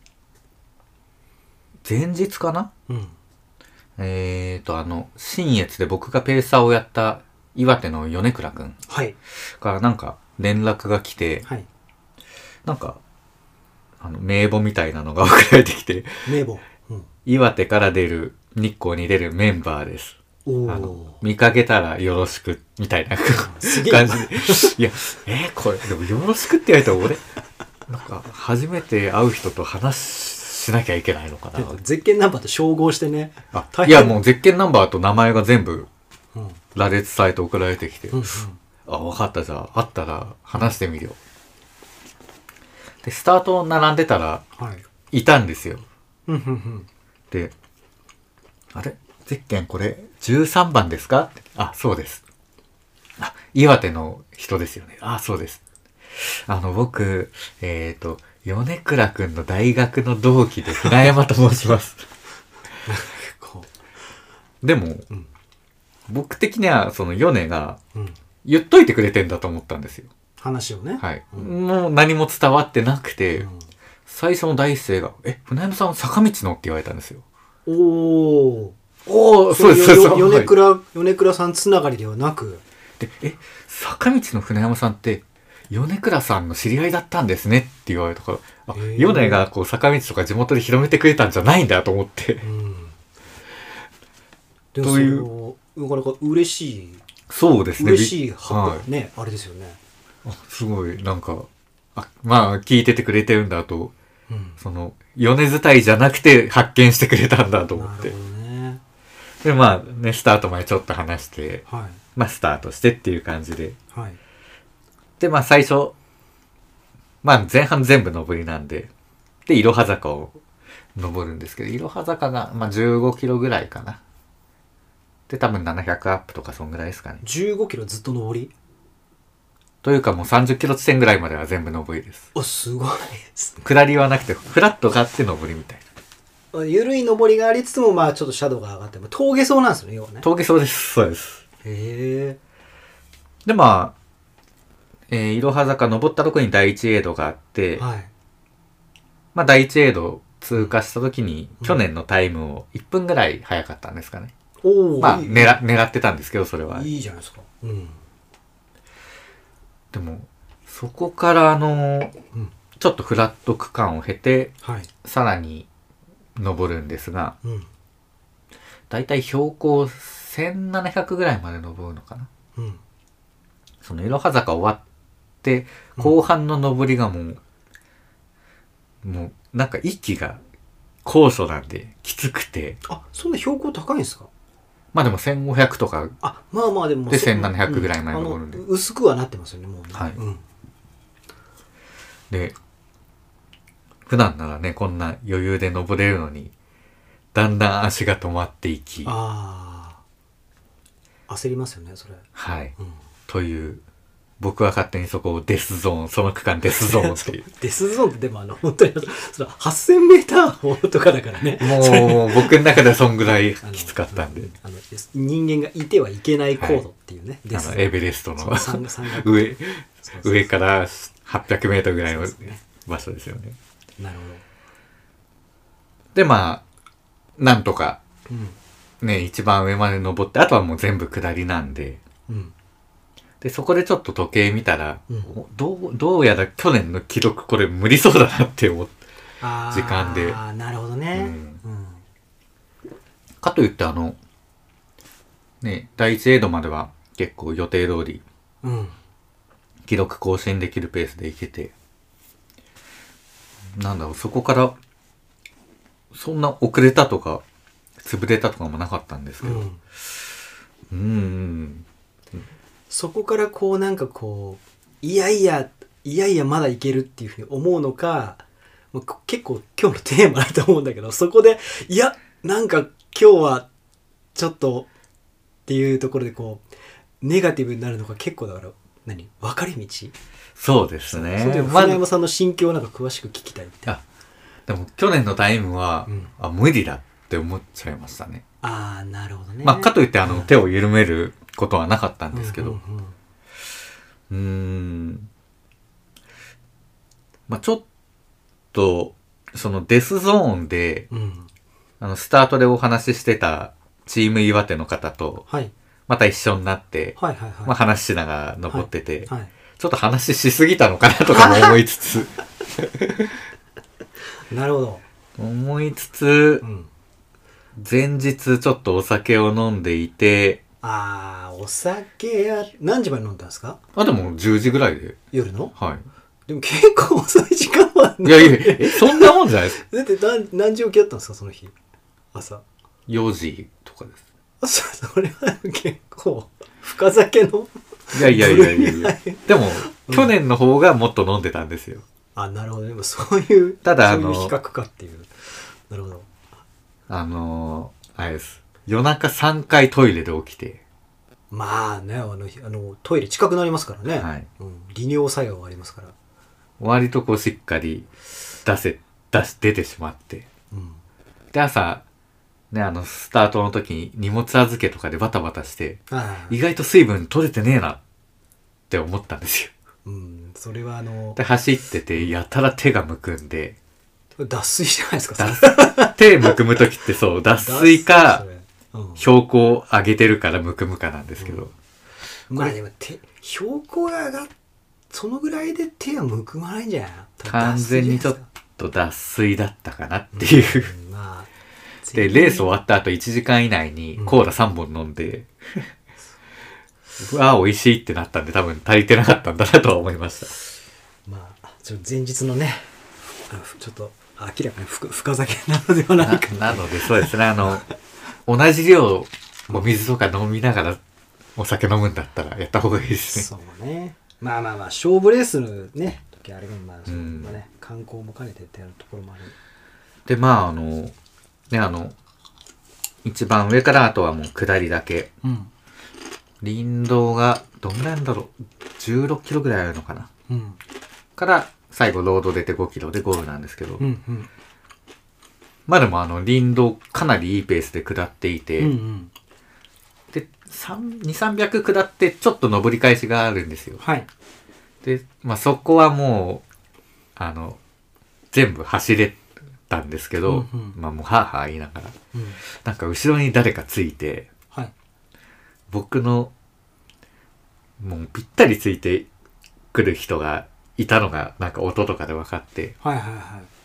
前日かなうんえーと、あの、新越で僕がペーサーをやった岩手の米倉くんはいからなんか連絡が来て、 はいなんか、あの、名簿みたいなのが送られてきて、 名簿、うん、 岩手から出る、日光に出るメンバーです。 おあのお、 見かけたらよろしく、みたいなすげえ感じで。いや、えーこれ、でもよろしくって言われたら俺、なんか、初めて会う人と話しなきゃいけないのかな。 ゼッケンナンバーと照合してね。 あ大変いや、もうゼッケンナンバーと名前が全部、 うん羅列されて送られてきて、 うんうんあ、わかった、じゃあ、会ったら話してみるよ。で、スタート並んでたら、 はいいたんですよ。 うんうんうんで、あれゼッケンこれじゅうさんばんですかって、あ、そうです。あ、岩手の人ですよね。あ、そうです。あの、僕、えっと、米倉くんの大学の同期で船山と申します。 こでも、 ん僕的にはその米がう、うん、 言っといてくれてんだと思ったんですよ。 話をね。 はい。 うんもう何も伝わってなくて、 うん最初の第一声が、え、船山さん坂道のって言われたんですよ。 おお。 おー、そうです、そうです。 よ米はい倉米倉さんつながりではなく。 で、え、坂道の船山さんって、米倉さんの知り合いだったんですねって言われたから、あ、 へー米がこう坂道とか地元で広めてくれたんじゃないんだと思ってう。ん。でもどういうそのなかなか嬉しいそうですね。 嬉しいびは、 はい。 ねあれですよね。 あすごい、なんか、あ、まあ、聞いててくれてるんだと、 うん。 その、米伝いじゃなくて発見してくれたんだと思ってなるほ。どね。 で、まあね、スタート前ちょっと話して、 はいまあスタートしてっていう感じで。 はい。 で、まあ最初、まあ前半全部上りなんで、で、いろは坂を登るんですけど、いろは坂が、まあじゅうごキロぐらいかな。で、多分ななひゃくアップとかそんぐらいですかね。 じゅうごキロずっと上り。 というかもうさんじゅっキロ地点ぐらいまでは全部上りです。 おすごいですね。 下りはなくて、フラットがあって上りみたいな。 緩い上りがありつつもまあちょっとシャドウが上がっても峠そうなんですよね要はね。 峠そうです。そうです。 へえ。 で、まあ、えー、いろは坂登ったとこに第一エイドがあって、 はい。 まあ、第一エイド通過した時に、 うん去年のタイムをいっぷんぐらい早かったんですかね。 おお。 まあ、 いい狙、狙ってたんですけど、それは。 いいじゃないですか。うん。 でも、そこから、あの、 うんちょっとフラット区間を経て、 はい。 さらに登るんですが、 うんだいたい標高せんななひゃくぐらいまで登るのかな。 うん。 そのいろは坂終わって、後半の登りがもう、もう、なんか息が高所なんで、きつくて、 あそんな標高高いんですか。 まあでもせんごひゃくとか、 あまあまあでもでそせんななひゃくぐらいまでうん登るんであの薄くはなってますよねもうね。 はいうん。 で、普段ならね、こんな余裕で登れるのに、だんだん足が止まっていき、 ああ。焦りますよねそれ。 はい。 うん。 という、僕は勝手にそこをデスゾーン、その区間デスゾーンっていう。 デスゾーンってでもあの本当にそのはっせんメーター歩とかだからね。 もう、僕の中ではそんぐらいきつかったんで、 あの人間がいてはいけないコードっていうね、デあの、 スゾーンエベレストのそう山山岳上、 そうそうそう上からはっぴゃくメートルぐらいのそうですね場所ですよね。 なるほで、まあ、なんとか、 ど。うんね、一番上まで登って、あとはもう全部下りなんで、 うんでそこでちょっと時計見たら、 うん、 おどうどうやら去年の記録これ無理そうだなって思ってあ時間であなるほどね、 うんうんかといってあのねだいいちエイドまでは結構予定通りうん記録更新できるペースでいけて、なんだろう、そこからそんな遅れたとか潰れたとかもなかったんですけど、 うんうーんそこからこうなんかこういやいやいやいやまだいけるっていうふうに思うのか、もう結構今日のテーマだと思うんだけど、そこでいやなんか今日はちょっとっていうところでこうネガティブになるのが結構だから何分かれ道。 そうですね。 それで船山さんの心境をなんか詳しく聞きたいって。 あでも去年のタイムは、 うん、 あ無理だって思っちゃいましたね。 ああなるほどね。 まあかといってあの、うん、手を緩めることはなかったんですけど、 うんうんうん、 うーんまあちょっとそのデスゾーンで、うん、あのスタートでお話ししてたチーム岩手の方と、はい、また一緒になって、はいはいはい、まあ、話しながら登ってて、はいはい、ちょっと話しすぎたのかなとかも思いつつなるほど思いつつ、うん、前日ちょっとお酒を飲んでいて、 あーお酒や何時まで飲んだんですか？ あでもじゅうじぐらいで。 夜の？ はい。 でも結構遅い時間はね。いやいやえそんなもんじゃないですだって何何時起きだったんですかその日？朝よじとかです。 そ, それは結構深酒のいやいやいやいやいやでも、うん、去年の方がもっと飲んでたんですよ。 あなるほど。でもそういうただあのそういう比較かっていう。なるほど。 あのあれです夜中さんかいトイレで起きて、 まあねあのあのトイレ近くなりますからね、はいうん、利尿作用がありますから割とこうしっかり出せ出し出てしまって、うん、で朝ね、あのスタートの時に荷物預けとかでバタバタして意外と水分取れてねえなって思ったんですよ、 うん、それはあので走っててやたら手がむくんで脱水じゃないですか手むくむ時ってそう脱水か、うん、標高を上げてるからむくむかなんですけど、 うん、まあでも手標高が上がっそのぐらいで手はむくまないんじゃない？ 完全にちょっと脱水だったかなっていう、うんまあでレース終わった後いちじかん以内にコーラさんぼん飲んで、うん、うわ美味しいってなったんで多分足りてなかったんだなとは思いました。 まあちょっと前日のねちょっと明らかに深酒なのではないかな, なのでそうですねあの同じ量お水とか飲みながらお酒飲むんだったらやった方がいいですね。そうねまあまあまあ勝負レースのね時あれもまあその、うんまあね、観光も兼ねてってやるところもあるでまああのねあの一番上からあとはもう下りだけ、うん、林道がどんぐらいなんだろうじゅうろっキロぐらいあるのかな、うん、から最後ロード出てごキロでゴールなんですけど、うんうん、まあでもあの林道かなりいいペースで下っていて、うんうん、でにせんさんびゃく下ってちょっと上り返しがあるんですよ、はい、で、まあ、そこはもうあの全部走れたんですけど、うんうん、まあもうハーハー言いながら、うん、なんか後ろに誰かついて、はい、僕のもうぴったりついてくる人がいたのがなんか音とかで分かって、はいはいはい、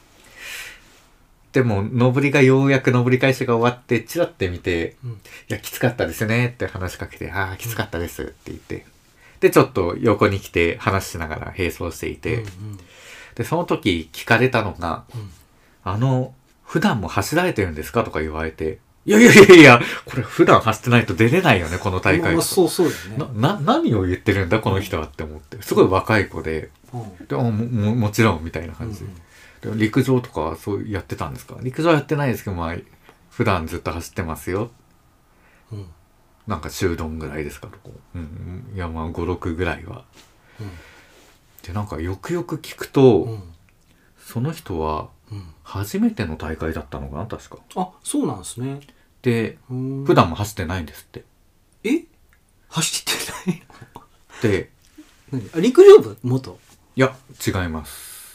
でも上りがようやく上り返しが終わってチラって見て、うん、いやきつかったですねって話しかけて、ああきつかったですって言って、うん、でちょっと横に来て話しながら並走していて、うんうん、でその時聞かれたのが、うんあの、普段も走られてるんですかとか言われて、いやいやいやいや、これ普段走ってないと出れないよね、この大会。 まあ、そうそうだよね。な、な、何を言ってるんだ、この人はって思って。すごい若い子で、うん、でもも、もちろん、みたいな感じで、うんうん。陸上とかそうやってたんですか？陸上やってないですけど、まあ、普段ずっと走ってますよ。うん、なんか、週どんぐらいですかとか。うん、いや、まあ、ご、ろくぐらいは。うん、で、なんか、よくよく聞くと、うん、その人は、うん、初めての大会だったのかな確か。 あ、そうなんですね。 で、普段も走ってないんですって。 え？走ってないの？ で、 何？陸上部元？ いや違います。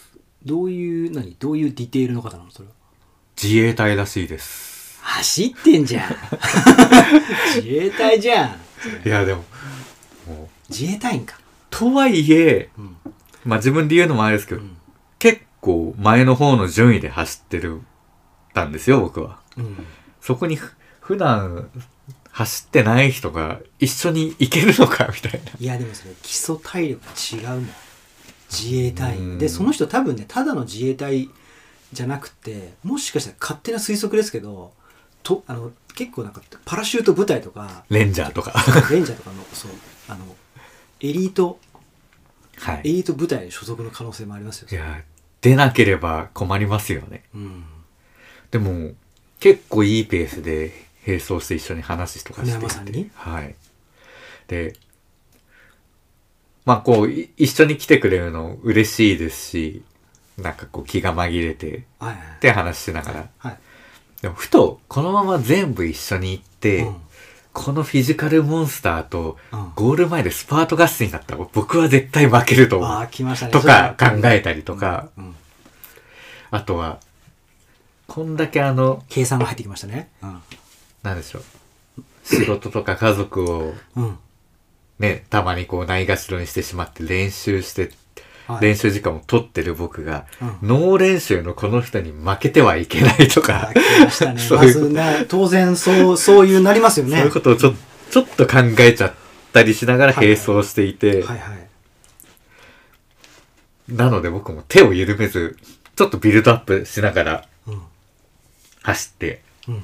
どういう何？どういうディテールの方なのそれは？ 自衛隊らしいです。 走ってんじゃん。自衛隊じゃん。 いやでも、もう自衛隊員か。 とはいえ、 うんまあ自分で言うのもあれですけど、 うん、 結構前の方の順位で走ってるたんですよ僕は。 うん、 そこにふ普段走ってない人が一緒に行けるのかみたいな。 いやでもそれ基礎体力が違うもん。自衛隊うん員でその人多分ねただの自衛隊じゃなくて、もしかしたら勝手な推測ですけど、とあの結構なんかパラシュート部隊とかレンジャーとかレンジャーとかのそうあのエリートエはい。 リート部隊所属の可能性もありますよ。 いや出なければ困りますよね。 うん、 でも結構いいペースで並走して一緒に話とかしていて、 船山さんにはい。でまあこうい一緒に来てくれるの嬉しいですし、なんかこう気が紛れてはいはいって話しながら、 はい、 でもふとこのまま全部一緒に行って、 うんこのフィジカルモンスターとうんゴール前でスパート合戦になったら僕は絶対負けると思うああ来ましたねとかそれは考えたりとか、 うんうんあとはこんだけあの計算が入ってきましたね。うんなんでしょう、仕事とか家族をうんねたまにこうないがしろにしてしまって練習してはい、 練習時間を取ってる僕が、 うんノー練習のこの人に負けてはいけないとあかー来ましたね。 そういうまずね当然そうそういうなりますよね。 そういうことをちょちょっと考えちゃったりしながら並走していて、 はいはい。 なので僕も手を緩めずちょっとビルドアップしながらうん走って、 うん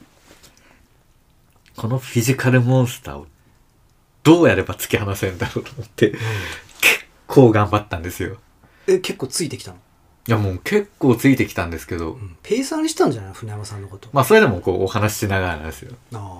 このフィジカルモンスターをどうやれば突き放せるんだろうと思って結構頑張ったんですよ。 え結構ついてきたの。 いやもう結構ついてきたんですけど、 うんペーサーにしたんじゃない船山さんのこと。 まあそれでもこうお話ししながらなんですよ。 ああなるほ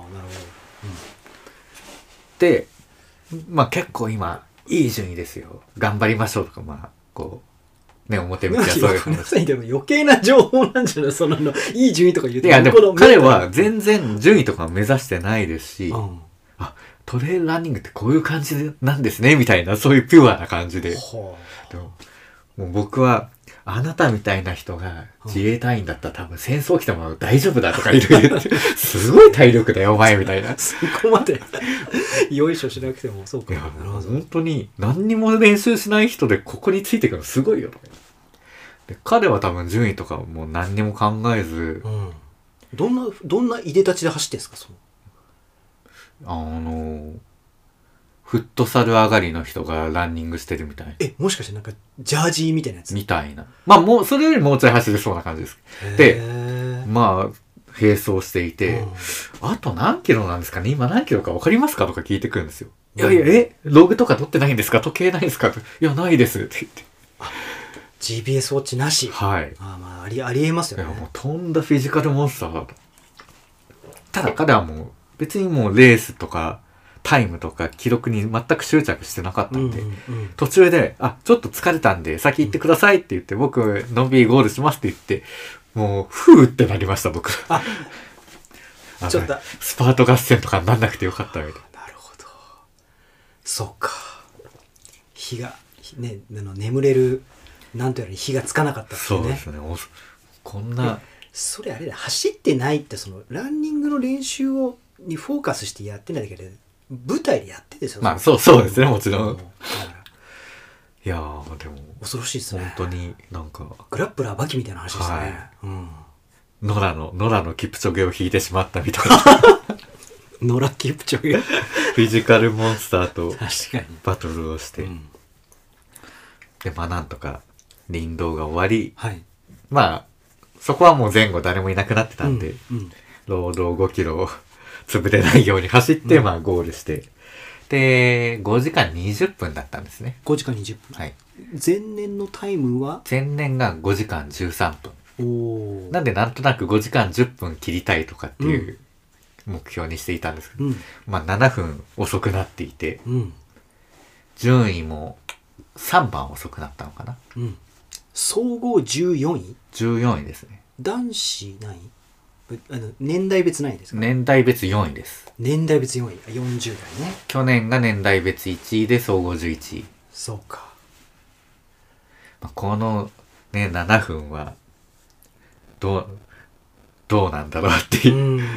でまあ結構今いい順位ですよ、頑張りましょうとか、まあこうね表向きはそういう話。 船山さんにでも余計な情報なんじゃないそんなのいい順位とか言って。 いやで向こうのも彼は全然順位とかは目指してないですし、 うんあトレイルランニングってこういう感じなんですねみたいな、そういうピュアな感じで。 はでももう僕はあなたみたいな人が自衛隊員だったら多分戦争来ても大丈夫だとかいろいろ言ってすごい体力だよお前みたいな。 あそこまでよいしょしなくてもそうか。 いやなるほど。 本当に何にも練習しない人でここについてくるのすごいよとか。で彼は多分順位とかもう何にも考えず、 うんどんなどんないでたちで走ってんすかその。 あのフットサル上がりの人がランニングしてるみたいえもしかしてなんかジャージーみたいなやつ。 みたいな。まあもうそれよりもうちょい走れそうな感じです。でへーまあ並走していて、 うんあと何キロなんですかね、今何キロか分かりますかとか聞いてくるんですよ。いやいや、えログとか取ってないんですか、時計ないですか、いやないですって言って。 ジーピーエス ウォッチなし。 はい。 あーまあありありえますよね。 いやもうとんだフィジカルモンスターだと。ただ彼はもう別にもうレースとかタイムとか記録に全く執着してなかったんで、 うんうんうん途中で、あ、ちょっと疲れたんで先行ってくださいって言って、僕のんびりゴールしますって言って、もうふーってなりました僕。 ああちょっとスパート合戦とかになんなくてよかったみたいな。 なるほど。そうか。日がねあの眠れるなんとやらに火がつかなかったっていね。 そううですね。おこんな、 それあれだ走ってないってそのランニングの練習をにフォーカスしてやってないだけで舞台でやってですよ。 まあそうそうですねもちろんうだからいやーでも恐ろしいですね。 本当になんかグラップラーバキみたいな話ですね。 はいうん。 野良の野良のキプチョゲを引いてしまったみたいなノラキプチョゲ。 フィジカルモンスターと確かに。 バトルをして、 うんでまあなんとか林道が終わり、 はい。 まあそこはもう前後誰もいなくなってたんで、 うんうん労働ごキロを潰れないように走って、 うんまあゴールしてでごじかんにじゅっぷんだったんですね。 ごじかんにじゅっぷん。 はい。 前年のタイムは前年がごじかんじゅうさんぷんおお。 なんでなんとなくごじかんじゅっぷん切りたいとかっていう目標にしていたんですけど、 うんまあななふん遅くなっていて、 うん順位もさんばん遅くなったのかな。 うん。総合じゅうよんい。 じゅうよんいですね。 男子何位？ぶあの年代別何位ですか？ 年代別よんいです。 年代別よんい。あよんじゅう代ね。 去年が年代別いちいで総合じゅういちい。 そうか。 まあ、このねななふんはどうどうなんだろうってういう。 ん。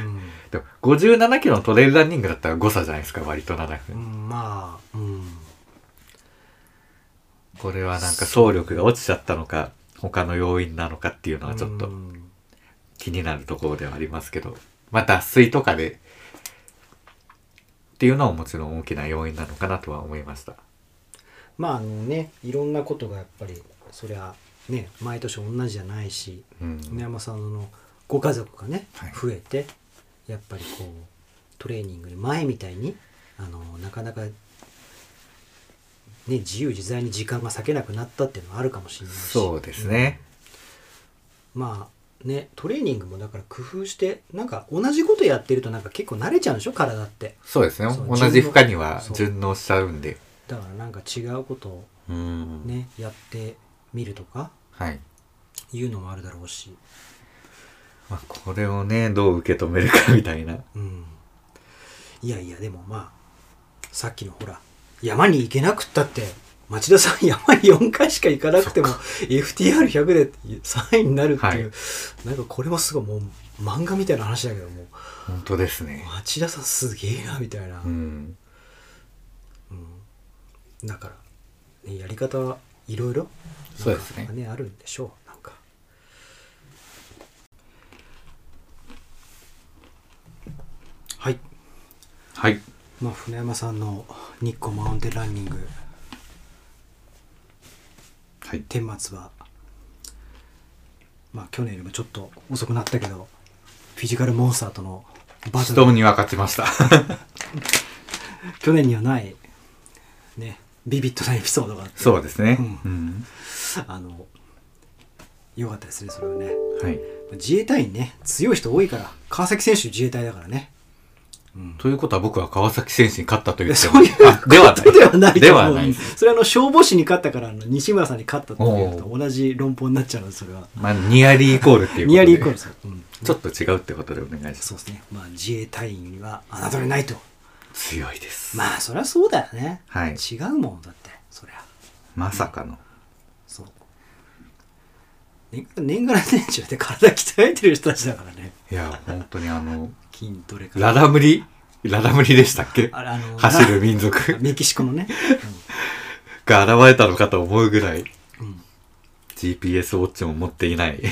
でもごじゅうななキロのトレイルランニングだったら誤差じゃないですか、割とななふん、 うん、まあ、うん、 これはなんか走力が落ちちゃったのか他の要因なのかっていうのはちょっとうん気になるところではありますけど、まあ脱水とかでっていうのはもちろん大きな要因なのかなとは思いました。 まああのね、いろんなことがやっぱりそりゃね毎年同じじゃないし、 うん梅山さんのご家族がね、 はい増えてやっぱりこうトレーニングに前みたいにあのなかなか、ね、自由自在に時間が割けなくなったっていうのはあるかもしれないし、 そうですね、 うん、まあねトレーニングもだから工夫してなんか同じことやってるとなんか結構慣れちゃうんでしょ体って。 そうですね、 そう同じ負荷にはそう順応しちゃうんで、 だからなんか違うことをうんねやってみるとかはい、 いうのもあるだろうし、 まあ、これをねどう受け止めるかみたいな。 うん、いやいやでもまあさっきのほら山に行けなくったって町田さん山によんかいしか行かなくても エフティーアールひゃく でさんいになるっていう、はい、なんかこれもすごいもう漫画みたいな話だけども本当ですね、 町田さんすげえなみたいな、 うんうん、だから、ね、やり方はいろいろそうですね、 ねあるんでしょう。なんかはいはい、 まあ船山さんの日光マウンテンランニング、 はい、 天末はまあ去年よりもちょっと遅くなったけどフィジカルモンスターとのバトル人には勝ちました去年にはないねビビッドなエピソードがあって、 そうですね、 うんうん、 あの良かったですねそれはね。 はい、 自衛隊員ね強い人多いから川崎選手自衛隊だからね、うん、 ということは僕は川崎選手に勝ったと言ってもそういうことではないではないではないそれはあの消防士に勝ったからあの西村さんに勝ったっていうのと同じ論法になっちゃうのでそれは、 まあ、ニアリーイコールっていうことでニアリーイコールですよ、うん、 ちょっと違うってことでお願いします。 そうですね、まあ、自衛隊員には侮れないと。 強いです。 まあそりゃそうだよね、 はい、 違うもんだってそりゃまさかの、うん、 そう年年がら年中で体鍛えてる人たちだからね。 いや本当にあの筋トレからラダムリラダムリでしたっけ、 あれあの走る民族メキシコのね、 が現れたのかと思うぐらい、 うん、 ジーピーエス ウォッチも持っていない、うん、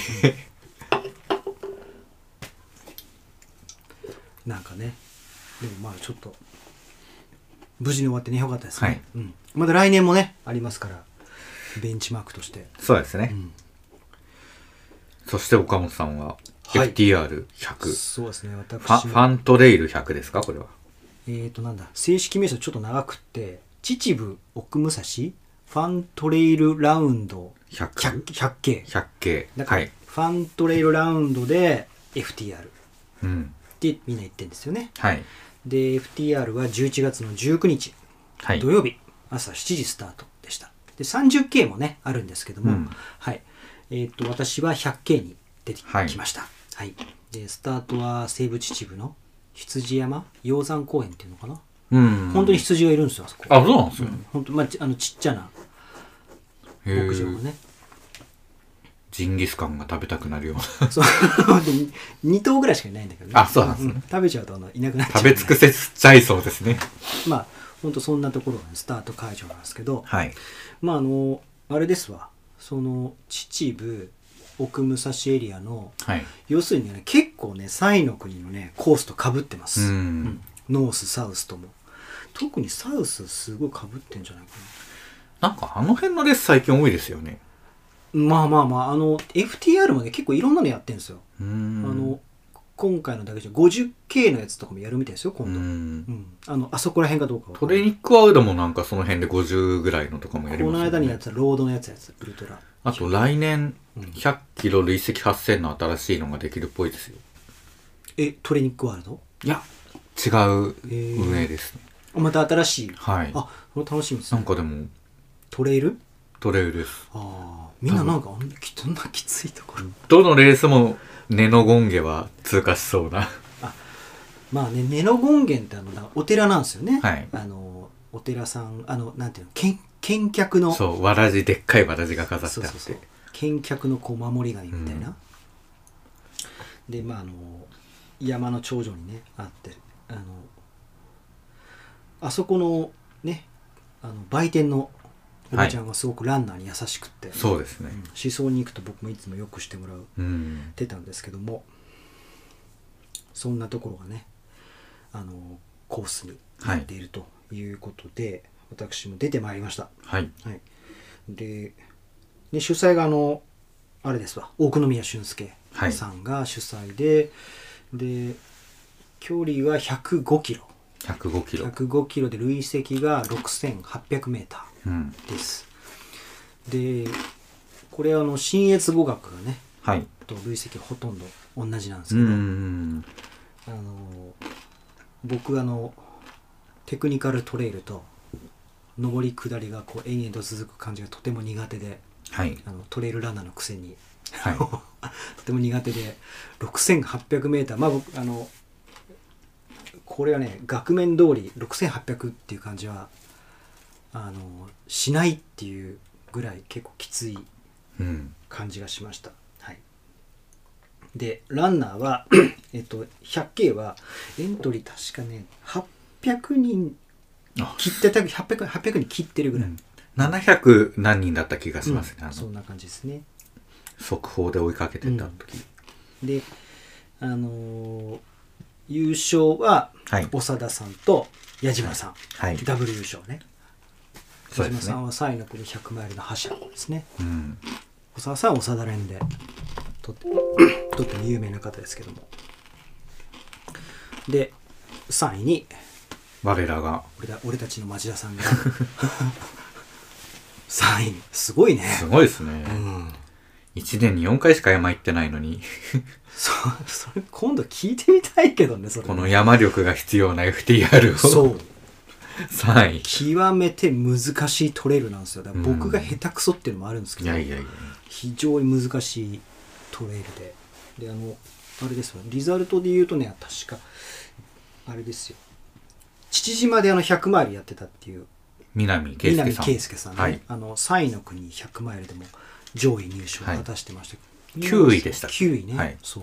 なんかねでもまあちょっと無事に終わってねよかったですね、はいうん、まだ来年もねありますからベンチマークとして。 そうですね、うん、そして岡本さんは エフティーアールひゃく、 はい、そうですね私ファファントレイルひゃくですかこれは。 えーとなんだ正式名称ちょっと長くって秩父奥武蔵ファントレイルラウンド ひゃくケーひゃくケーだから、はい、ファントレイルラウンドで エフティーアール、うん、ってみんな言ってるんですよね、はい、で エフティーアール はじゅういちがつのじゅうくにち、はい、土曜日朝しちじスタートでした。で さんじゅっケー もねあるんですけども、うんはいえー、と私は ひゃくケー に出てきました、はいはい、でスタートは西武秩父の羊山鷹山公園っていうのかな、うん、本当に羊がいるんですよあそこ。 あそうなんですよ、うん、 本当、まあ、あのちっちゃな牧場がねジンギスカンが食べたくなるようなそうでに頭ぐらいしかいないんだけどね。 あそうなんですね、 うん、食べちゃうといなくなっちゃう、 ね、食べ尽くせちゃいそうですね。 まあ本当そんなところが、ね、スタート会場なんですけど、 はい、 まああのあれですわその秩父奥武蔵エリアの、はい、要するにね結構ね西の国のねコースと被ってます、うんうん、ノースサウスとも特にサウスすごい被ってんじゃないかな。なんかあの辺のレース最近多いですよね。 まあまあまああの エフティーアール もね結構いろんなのやってるんですよ。うーんあの今回のだけじゃ ごじゅっケー のやつとかもやるみたいですよ今度。うん、うん、あのあそこら辺かどうかはトレニックワールドもなんかその辺でごじゅうぐらいのとかもやりますよね。 この間にやってたロードのやつやつウルトラ。 あと来年ひゃっキロ累積はっせんの新しいのができるっぽいですよ。 えトレニックワールド？ いや違う運営ですね、 えー、また新しい。 はい。 あこれ楽しみですね。 なんかでもトレイル？ トレイルです。 ああみんななんかあんなきどんなきついところ。 どのレースも根の権下は通過しそうな。 あまあね根の権現ってあのお寺なんですよね。 はい。 あのお寺さんあのなんていうの見見客のそうわらじでっかいわらじが飾ってあって。そうそうそう見客のこう守り神みたいな、うん、でまああの山の頂上にねあって、あのあそこのねあの売店のおばちゃんがすごくランナーに優しくって、 そうですね、 うん、思想に行くと僕もいつもよくしてもらううんてたんですけども、そんなところがねあのコースになっているということで、私も出てまいりました。 はい、 はい、で、ね、主催があのあれですわ、大久宮俊介さんが主催で、はい、で距離はひゃくごキロひゃくごキロひゃくごキロで累積がろくせんはっぴゃくメーターです、うん、でこれはあの信越語学がね、はい、と累積ほとんど同じなんですけど、うんあの僕あのテクニカルトレイルと上り下りがこう延々と続く感じがとても苦手で、はい、あのトレイルランナーのくせに、はい、とても苦手でろくせんはっぴゃくメーター、まあ僕あのこれはね額面通りろくせんはっぴゃくっていう感じはあのしないっていうぐらい結構きつい感じがしました、うんはい、でランナーはえっと ひゃくケー はエントリー確かねはっぴゃくにん切ってたはっぴゃく、はっぴゃくにん切ってるぐらい、うん、 ななひゃく何人だった気がしますね、うん、あのそんな感じですね。 速報で追いかけてた時、 うん、であのー、優勝は長田さんと矢島さん、はいはい、ダブル優勝ね。矢島さんはサイの国ひゃくマイルの覇者ですね、うん、長田さんは長田連でとってとっても有名な方ですけども、でさんいに我らが俺, だ俺たちの町田さんがさんいすごいね。 すごいですね、うん、いちねんによんかいしか山行ってないのにそ, それ今度聞いてみたいけどね。それねこの山力が必要な エフティーアール をそうさんい極めて難しいトレイルなんですよ。だから僕が下手くそっていうのもあるんですけど、 うん、いやいやいや非常に難しいトレイルでであのあれですよリザルトで言うとね確かあれですよ父島であのひゃくマイルやってたっていう南圭介さん南圭介さんね、はい、あのさんいの国ひゃくマイルでも上位入賞を果たしてましたけど、 はい、きゅういでしたきゅういね、はい、そう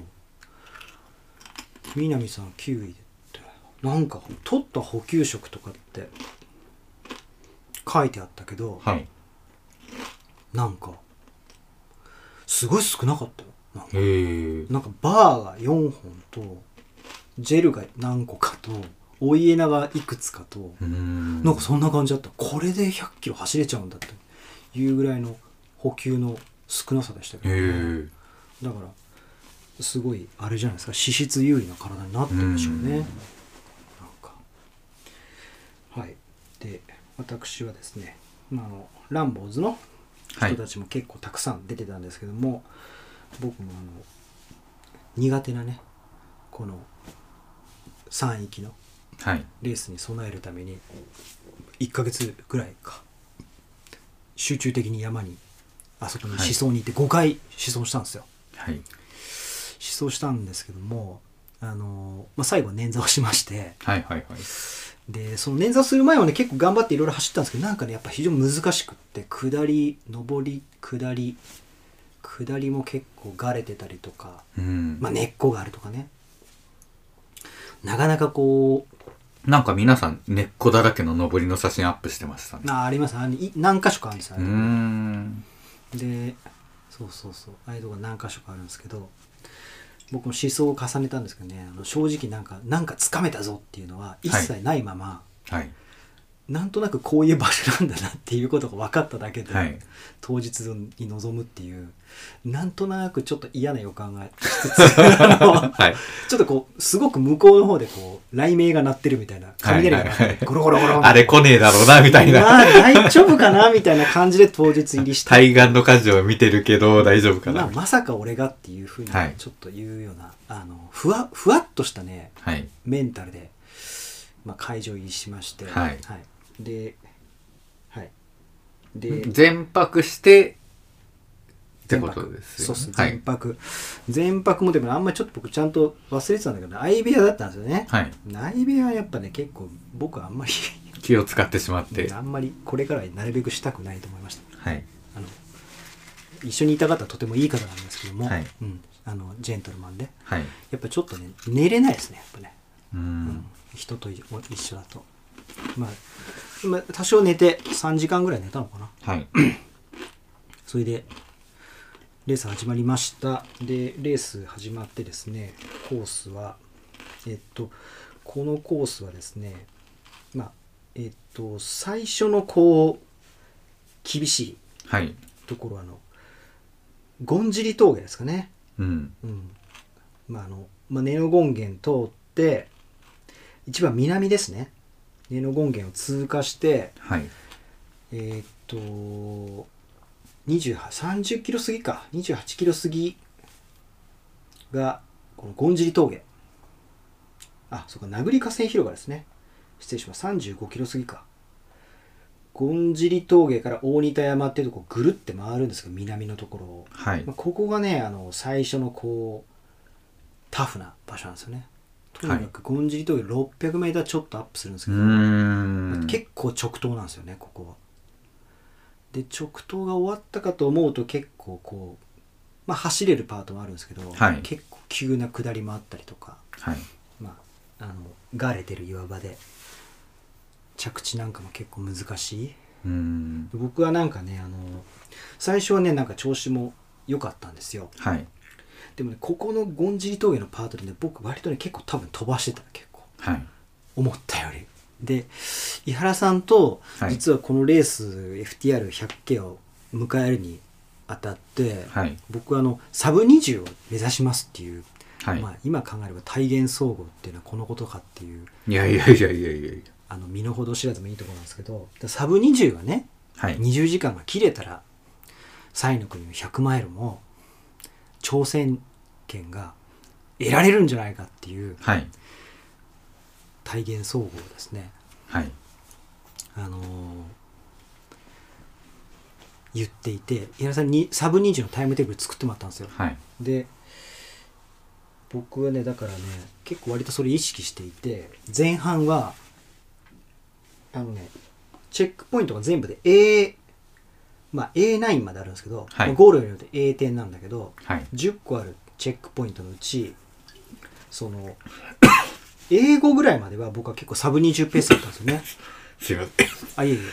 南さんきゅういでなんか取った補給食とかって書いてあったけど、はい、なんかすごい少なかったよ。なんか、へーなんかバーがよんほんとジェルが何個かと追いエナがいくつかとんなんかそんな感じだった。これでひゃっキロ走れちゃうんだっていうぐらいの補給の少なさでしたけど、ね、だからすごいあれじゃないですか脂質有利な体になってるでしょうね。なんかはいで私はですね、まあ、あのランボーズの人たちも結構たくさん出てたんですけども、はい、僕もあの苦手なねこのさん域のレースに備えるためにいっかげつぐらいか集中的に山にあそこに思想に行ってごかい思想したんですよ、はい、思想したんですけどもあの、まあ、最後は捻挫をしまして、はいはいはい、でその捻挫する前はね結構頑張っていろいろ走ったんですけどなんかねやっぱ非常に難しくって下り上り下り下りも結構がれてたりとか、うんまあ、根っこがあるとかねなかなかこうなんか皆さん根っこだらけの上りの写真アップしてましたね。 あありますあの何箇所かあるんですよね。うーんでそうそうそうああいうとこ何箇所かあるんですけど僕も思想を重ねたんですけどねあの正直なんかなんか掴めたぞっていうのは一切ないまま、はいはい、なんとなくこういう場所なんだなっていうことが分かっただけで、はい、当日に臨むっていうなんとなくちょっと嫌な予感がしつつ、はい、ちょっとこうすごく向こうの方でこう雷鳴が鳴ってるみたいな雷が鳴って、はいはい、ゴロゴロゴロあれ来ねえだろうなみたいなまあ大丈夫かなみたいな感じで当日入りして対岸の火事を見てるけど大丈夫かな、 まあ、まさか俺がっていうふうにちょっと言うような、はい、あのふわふわっとしたね、はい、メンタルで、まあ、会場入りしまして、はいはいで、はい、 で全泊してってことですよね。 そうそう全泊、はい、全泊もでもあんまりちょっと僕ちゃんと忘れてたんだけど相部屋だったんですよね。はい、相部屋はやっぱね結構僕はあんまり気を使ってしまってあんまりこれからはなるべくしたくないと思いました。はい、あの一緒にいた方はとてもいい方なんですけども、はいうん、 あのジェントルマンではい。 やっぱちょっとね寝れないですねやっぱね、 うーん。 人と一緒だとまあ、まあ、多少寝てさんじかんぐらい寝たのかな。 はい。 それでレース始まりました。でレース始まってですね、コースはえっとこのコースはですね、まあえっと最初のこう厳しいはい。 ところはあのゴンジリ峠ですかね。 うん。 うん、まああの、まあ、根の権現通って一番南ですね。根の権現を通過してはい。 えーっとにじゅうはち、さんじゅっキロ過ぎかにじゅうはちキロ過ぎがこのゴンジリ峠、あそうか名栗河川広場ですね、失礼します、さんじゅうごキロ過ぎか、ゴンジリ峠から大仁田山っていうとこぐるって回るんですけど南のところを、 はいまあ、ここがねあの最初のこうタフな場所なんですよね。とにかくゴンジリ峠ろっぴゃくメーターちょっとアップするんですけうど、 ーん。 結構直投なんですよねここは。で直投が終わったかと思うと結構こう、まあ、走れるパートもあるんですけど、 はい結構急な下りもあったりとか、 はい。 まあ、あのがれてる岩場で着地なんかも結構難しい。 うーん。 僕はなんかねあの最初はねなんか調子も良かったんですよ。 はい。 でもねここのゴンジリ峠のパートでね僕割とね結構多分飛ばしてた結構はい。 思ったより。で井原さんとはい実はこのレース エフティーアールひゃくケー を迎えるにあたって、 はい。 僕はあのサブにじゅうを目指しますっていう、 はい。 まあ、今考えれば体現総合っていうのはこのことかっていういやいやいやいやいやいや。 あの身の程知らずもいいところなんですけど、サブにじゅうがね、 はい。 にじゅうじかんが切れたら彩の国のひゃくマイルも挑戦権が得られるんじゃないかっていうはい。 体現総合ですね。 はい。 あのー言っていて、井原さんにサブにじゅうのタイムテーブル作ってもらったんですよ。 はい。 で僕はねだからね結構割とそれ意識していて、前半はあのねチェックポイントが全部で A まあ エーナイン まであるんですけど、 はいまあゴールによって A 点なんだけど、 はい。 じゅっこあるチェックポイントのうちその英語ぐらいまでは僕は結構サブにじゅうペースだったんですよね。 すいません。 あいえいえ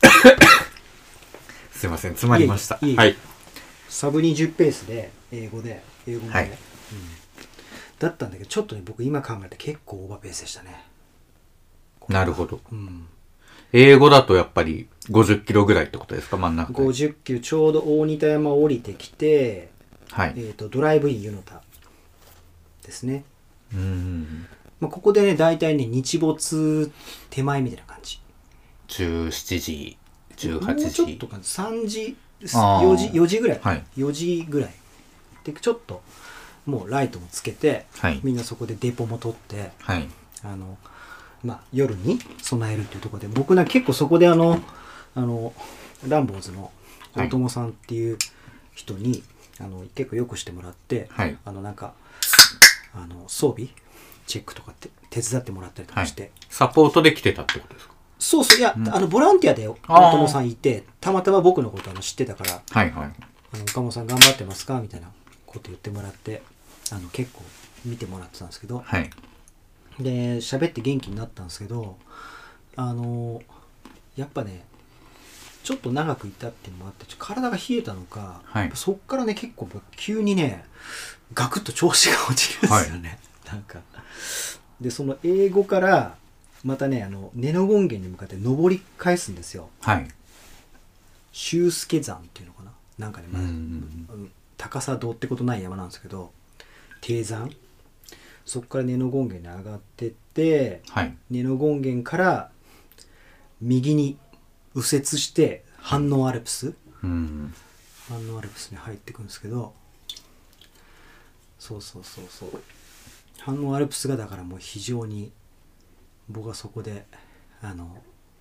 すいません。詰まりました。 いえいえいえはい。 サブにじゅうペースで英語で英語もね、 はいうん、だったんだけどちょっとね僕今考えて結構オーバーペースでしたね。 なるほど。 うん、 英語だとやっぱりごじゅっキロぐらいってことですか、真ん中で。 ごじゅっキロちょうど大仁田山を降りてきて、 はい。 えー、とドライブイン湯の田ですね。 うーん。 まあ、ここでね大体ね日没手前みたいな感じ。 じゅうしちじ、じゅうはちもうちょっじと。かなさんじあーよじよじぐらい、 はいよじぐらいでちょっともうライトもつけて、 はい。 みんなそこでデポも取ってはい。 あの、まあ、夜に備えるっていうところで僕な結構そこであのあのランボーズの大友さんっていう人に、あの結構よくしてもらって、 はい。 あのなんかあの装備チェックとかって手伝ってもらったりとはいかして、。 サポートで来てたってことですか？ そうそういや、 うんあのボランティアで大友さんいてたまたま僕のことあの知ってたからはいはい。 あの岡本さん頑張ってますかみたいなこと言ってもらってあの結構見てもらってたんですけど、 はい。 で喋って元気になったんですけどあのやっぱねちょっと長くいたっていうのもあってちょっと体が冷えたのか、 はいやっぱそっからね結構急にねガクッと調子が落ちるんですよね、なんかでその英語からまたねあの根の権現に向かって登り返すんですよ。 はい。 周助山っていうのかななんかね、まあうんうん高さどうってことない山なんですけど低山そこから根の権現に上がってってはい。 根の権現から右に右折して反応アルプスうん。 反応アルプスに入っていくんですけどそうそうそうそう反応アルプスがだからもう非常に僕はそこであの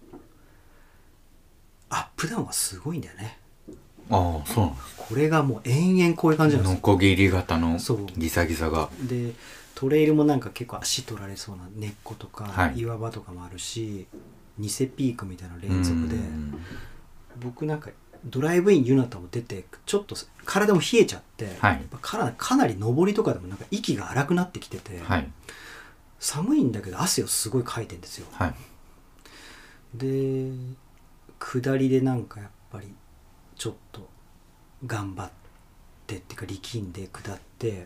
アップダウンはすごいんだよね。 ああ、そうなんです。 これがもう延々こういう感じなんですよ。 ノコギリ型のそうギザギザが。 でトレイルもなんか結構足取られそうな根っことか、 はい岩場とかもあるし偽ピークみたいな連続でうん僕なんかドライブインユナタを出てちょっと体も冷えちゃって、 はい、 やっぱかなかなり上りとかでもなんか息が荒くなってきてて、 はい、 寒いんだけど汗をすごいかいてんですよ、 はい、 で下りでなんかやっぱりちょっと頑張ってっていうか力んで下って、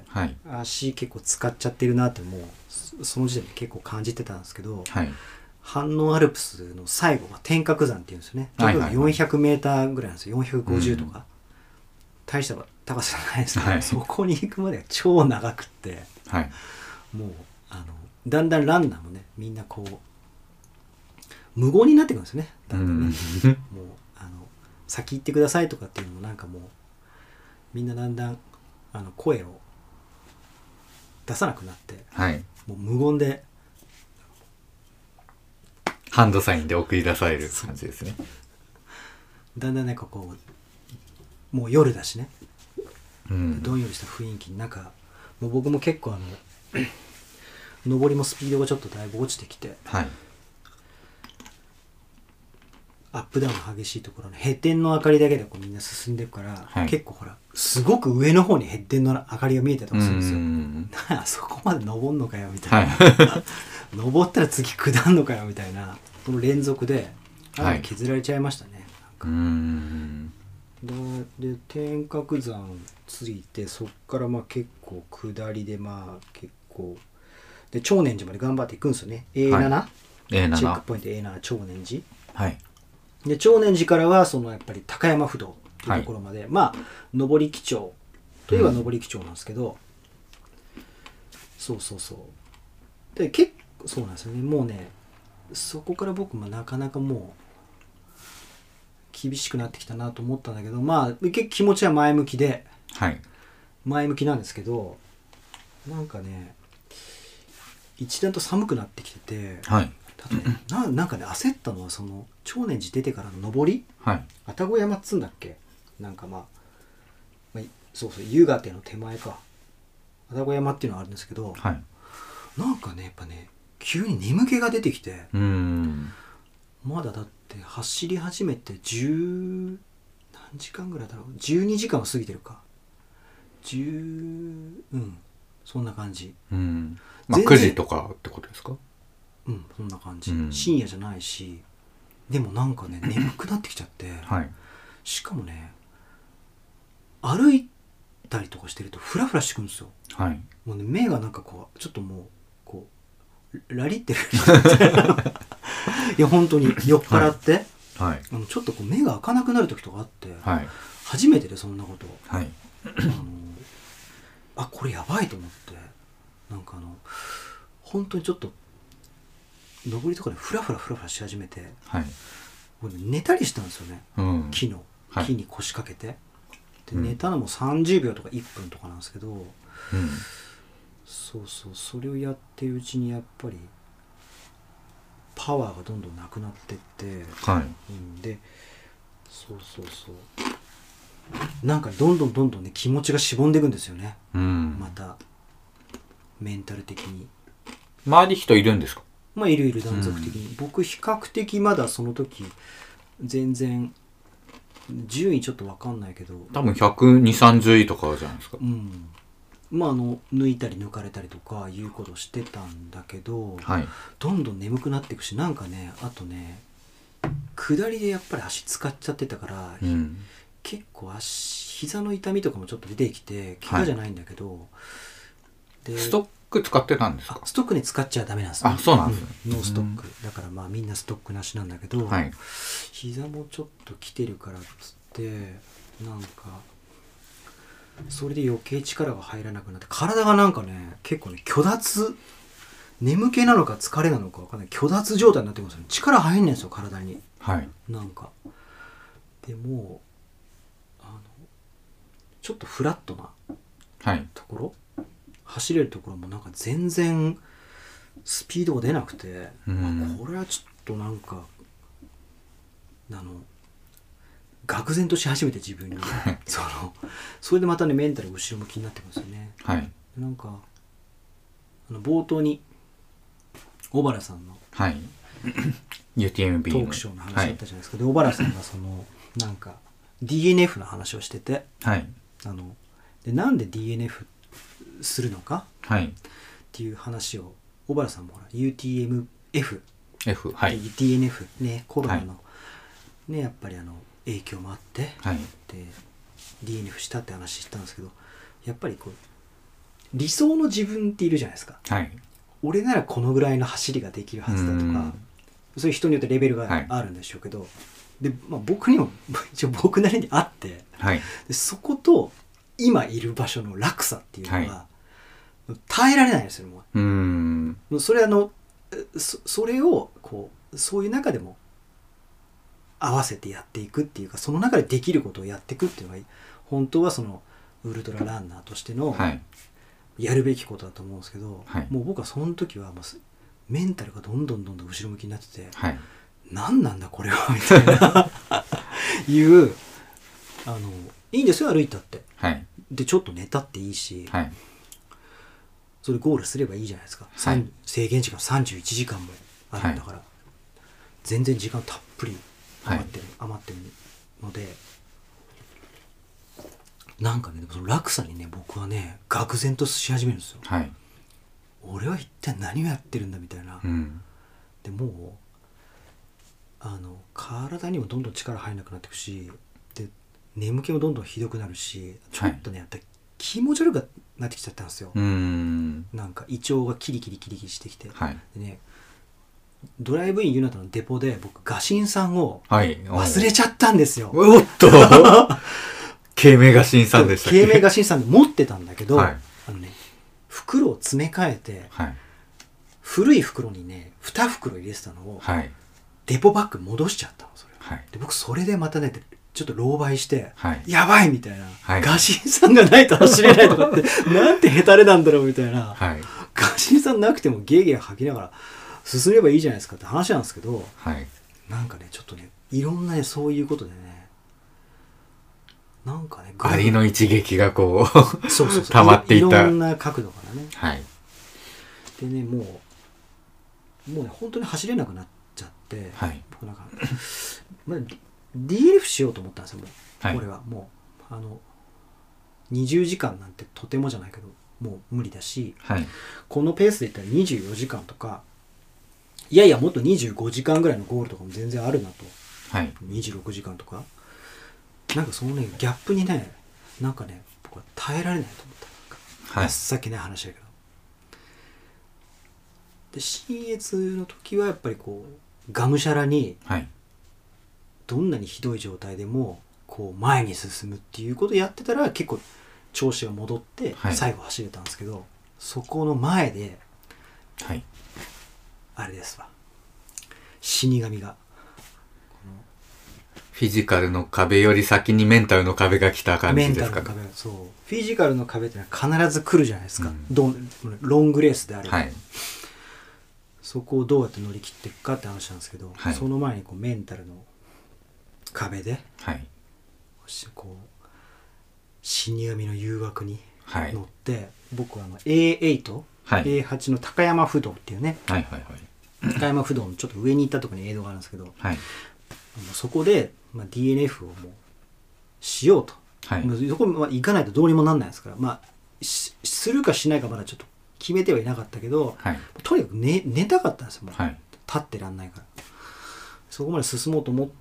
はい、 足結構使っちゃってるなってもうその時点で結構感じてたんですけど、 はい、 反応アルプスの最後は天閣山っていうんですよね。 はいはいはい、 よんひゃくメーターぐらいなんですよ。よんひゃくごじゅうとか、うん、大した高さじゃないですけど、はい、そこに行くまでが超長くって、 はい、 もうあのだんだんランナーもねみんなこう無言になってくるんですよね。だんだんね、うん、もうあの先行ってくださいとかっていうのもなんかもうみんなだんだんあの声を出さなくなって、 はい、 もう無言でハンドサインで送り出される感じですね。 だんだんなんかこうもう夜だしね、 うん、 どんよりした雰囲気になんかもう僕も結構あの上りもスピードがちょっとだいぶ落ちてきて、 はい、 アップダウンの激しいところのヘッデンの明かりだけでこうみんな進んでるから、はい、結構ほらすごく上の方にヘッデンの明かりが見えたりとかするんですよ。なあそこまで登んのかよみたいな、はい、登ったら次下んのかよみたいなこの連続で削られちゃいましたね、はい、なんかで天閣山ついてそっからまあ結構下りでまあ結構で長念寺まで頑張っていくんですよね。 エーなな、はい、エーなな チェックポイント エーなな 長念寺、 はい、 で長念寺からはそのやっぱり高山不動というところまで、はい、まあ上り基調といえば上り基調なんですけど、うん、そうそうそうで結構そうなんですよね。もうねそこから僕もなかなかもう厳しくなってきたなと思ったんだけど、まあ結構気持ちは前向きで、 はい、 前向きなんですけどなんかね一段と寒くなってきてて、 はい、 ただね、な, なんかね焦ったのはその長念寺出てからの上り、 はい、 愛宕山っつうんだっけなんかまあ、まあ、そうそう湯ヶ手の手前か愛宕山っていうのがあるんですけど、 はい、 なんかねやっぱね急に眠気が出てきて、 うーんまだだって走り始めてじゅう何時間ぐらいだろうじゅうにじかんは過ぎてるかじゅううんそんな感じ、 うんまあ、くじとかってことですか。 うんそんな感じ、 うん、 深夜じゃないしでもなんかね眠くなってきちゃって、 はい、 しかもね歩いたりとかしてるとフラフラしてくるんですよ、 はい、 もうね目がなんかこうちょっともうこうラリってるいや本当に酔っ払って、はいはい、あのちょっとこう目が開かなくなる時とかあって、はい、初めてでそんなこと、 はい、 あのあこれやばいと思ってなんかあの本当にちょっと上りとかでフラフラフラフラし始めて、はい、寝たりしたんですよね、うん、木の木に腰掛けて、はい、で寝たのもさんじゅうびょうとかいっぷんとかなんですけど、うん、そうそうそれをやってるうちにやっぱりパワーがどんどんなくなってって、はいうん、でそうそうそうなんかどんどんどんどんね気持ちがしぼんでいくんですよね、うん、またメンタル的に。 周り人いるんですか。 まあいるいる断続的に、うん、僕比較的まだその時全然順位ちょっと分かんないけど多分ひゃくにじゅう、さんじゅういとかじゃないですか。 うんまああの抜いたり抜かれたりとかいうことしてたんだけど、はい、どんどん眠くなっていくしなんかねあとね下りでやっぱり足使っちゃってたから、うん、結構足膝の痛みとかもちょっと出てきて怪我じゃないんだけど、はい、でストック使ってたんですか。 ストックね使っちゃダメなんですね。 あそうなんですね、 うん、ノーストック、うん、だからまあみんなストックなしなんだけど、はい、膝もちょっと来てるからっつってなんかそれで余計力が入らなくなって体がなんかね結構ね虚脱眠気なのか疲れなのか分かんない虚脱状態になってますよね。力入んないんですよ体に、はい、なんかでもあのちょっとフラットなところ、はい、走れるところもなんか全然スピードが出なくて、うん、これはちょっとなんかあの愕然とし始めて自分にそのそれでまたねメンタル後ろ向きになってくるんですよね、はい、なんかあの冒頭に小原さんの、はい、 ユーティーエムビートークショーの話だったじゃないですか、はい、で小原さんがそのなんかディーエヌエフ の話をしてて、 はいあのでなんで ディーエヌエフ するのかはいっていう話を小原さんもほら ユーティーエムエフ、 F はいディーエヌエフ ね、コロナの、はい、ねやっぱりあの影響もあって、 はいで ディーエヌエフ したって話したんですけど、やっぱりこう理想の自分っているじゃないですか。 はい俺ならこのぐらいの走りができるはずだとか、そういう人によってレベルがあるんでしょうけど、はい、で、まあ、僕にも一応僕なりにあって、 はい、 でそこと今いる場所の落差っていうのは、はい、耐えられないんですよ。もううんそれあの そ, それをこうそういう中でも合わせてやっていくっていうか、その中でできることをやっていくっていうのが本当はそのウルトラランナーとしての、はいやるべきことだと思うんですけど、はい、もう僕はその時はもうメンタルがどんどんどんどん後ろ向きになってて、はい、何なんだこれはみたいないうあのいいんですよ歩いたって、はい、でちょっと寝たっていいし、はい、それゴールすればいいじゃないですか、はい、制限時間さんじゅういちじかんもあるんだから、はい、全然時間たっぷり余ってる、はい、余ってるので、なんかね、その落差にね僕はね愕然とし始めるんですよ、はい、俺は一体何をやってるんだみたいな、うん、でもうあの体にもどんどん力入らなくなっていくし、で眠気もどんどんひどくなるし、ちょっとね、はい、やっぱり気持ち悪くなってきちゃったんですよ。うん、なんか胃腸がキリキリキリキリしてきて、はい、でねドライブインユナタのデポで僕ガシン酸を忘れちゃったんですよ、はい、おっと慶明ガシン酸でしたっけ。 慶明ガシン酸で持ってたんだけど、はい、あのね袋を詰め替えて、はい、古い袋にねに袋入れてたのを、はい、デポバッグ戻しちゃったのそれ、はい、で僕それでまたねちょっと狼狽して、はい、やばいみたいな、はい、ガシン酸がないと走れないとかってなんてヘタレなんだろうみたいな、はい、ガシン酸なくてもゲーゲー吐きながら進めばいいじゃないですかって話なんですけど、はい、なんかねちょっとねいろんなねそういうことでねなんかねアリの一撃がこうそうそうそう溜まっていったい, いろんな角度からね、はい、でねもうもうね本当に走れなくなっちゃって、はい、僕なんか、まあ、ディーエルエフ しようと思ったんですよもう、はい、これはもうあのにじゅうじかんなんてとてもじゃないけどもう無理だし、はい、このペースでいったらにじゅうよじかんとかいやいやもっとにじゅうごじかんぐらいのゴールとかも全然あるなと、はい、にじゅうろくじかんとかなんかそのねギャップにねなんかね僕は耐えられないと思ったなんか、はい、さっきね話だけどで信越の時はやっぱりこうがむしゃらに、はい、どんなにひどい状態でもこう前に進むっていうことをやってたら結構調子が戻って最後走れたんですけど、はい、そこの前で、はい、あれですわ死神がフィジカルの壁より先にメンタルの壁が来た感じですか。 メンタルの壁、そう。フィジカルの壁ってのは必ず来るじゃないですか。うん、どロングレースであれば、はい、そこをどうやって乗り切っていくかって話なんですけど、はい、その前にこうメンタルの壁で、はい、こう死神の誘惑に乗って、はい、僕はあの エーエイト、はい、エーはち の高山不動っていうね、はいはいはい、高山不動のちょっと上に行ったところに映像があるんですけど、はい、そこで、まあ、ディーエヌエフ をもうしようと、はい、そこまで行かないとどうにもなんないですから、まあ、するかしないかまだちょっと決めてはいなかったけど、はい、とにかく 寝, 寝たかったんですよもう、はい、立ってらんないからそこまで進もうと思って、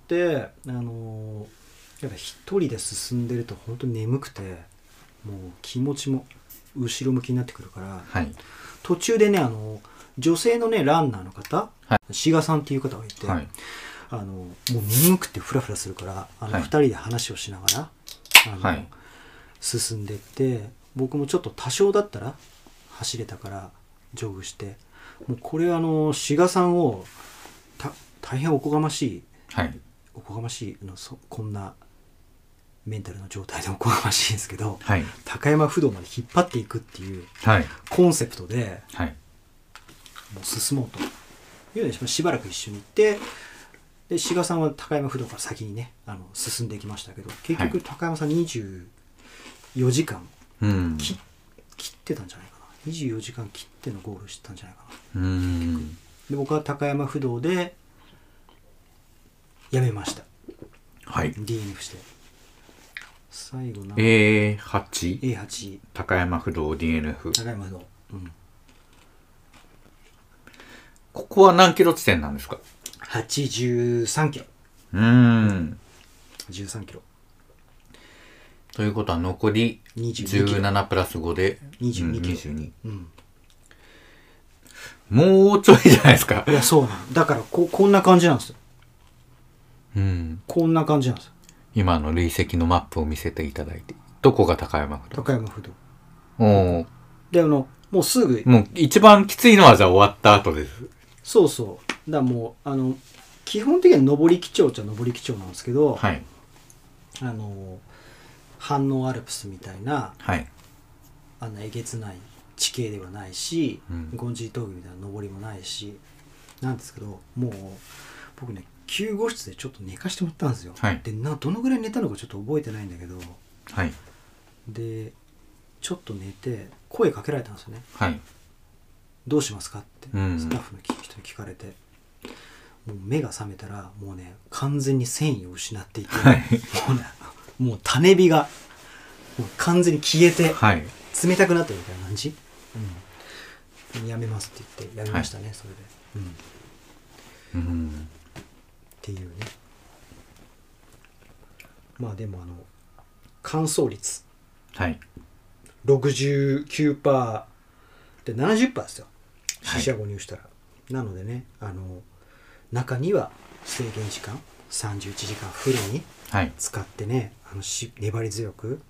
あのー、やっぱ一人で進んでると本当に眠くてもう気持ちも後ろ向きになってくるから、はい、途中でね、あのー、女性のねランナーの方、はい、志賀さんっていう方がいて、はい、あのもう眠くてフラフラするからあの、はい、ふたりで話をしながらあの、はい、進んでいって僕もちょっと多少だったら走れたからジョグしてもうこれあの志賀さんをた大変おこがましい、はい、おこがましいのそこんなメンタルの状態でおこがましいんですけど、はい、高山不動まで引っ張っていくっていうコンセプトで、はい、もう進もうというのでしばらく一緒に行ってで志賀さんは高山不動から先にねあの進んでいきましたけど結局高山さんにじゅうよじかん、はい、切, 切ってたんじゃないかなにじゅうよじかん切ってのゴールしてたんじゃないかなうんで僕は高山不動でやめました、はい、ディーエヌエフ して最後なエーはちエーはち高山不動 ディーエヌエフ。 高山の、うん、 ここは何キロ地点なんですか？ はちじゅうさんキロ。 うーん。 じゅうさんキロ。 ということは残りじゅうななプラスごでにじゅうにキロ。 にじゅうに。 うん。 もうちょいじゃないですか。 いや、そうなんだからこ、こんな感じなんですよ。 うん。 こんな感じなんですよ。 今の累積のマップを見せていただいて。どこが高山不動？ 高山不動。 おー。 で、あの、もうすぐ。 もう一番きついのはじゃあ終わった後です。 そうそう。だからもう、あの、基本的には上り基調っちゃ上り基調なんですけど、 はい。 あの、反応アルプスみたいな、 はい。 あんなえげつない地形ではないし、 うん、 ゴンジー峠みたいな登りもないしなんですけど、もう僕ねきゅうご室でちょっと寝かしてもらったんですよ、 はい、 でなどのぐらい寝たのかちょっと覚えてないんだけど、 はい、 でちょっと寝て声かけられたんですよね、 はい、 どうしますかって、 うん、 スタッフの人に聞かれて、もう目が覚めたらもうね完全に繊維を失っていて、はい、もうねもう種火がもう完全に消えて、はい、冷たくなってるみたいな感じ、うん、やめますって言ってやめましたね、はい、それで、うん、うん、っていうね。まあでもあの乾燥率、はい、ろくじゅうきゅうパーセント で ななじゅっパーセント ですよ、四捨五入したら、はい、なのでね、あの中には制限時間さんじゅういちじかんフルに使ってね、はい、あのし粘り強く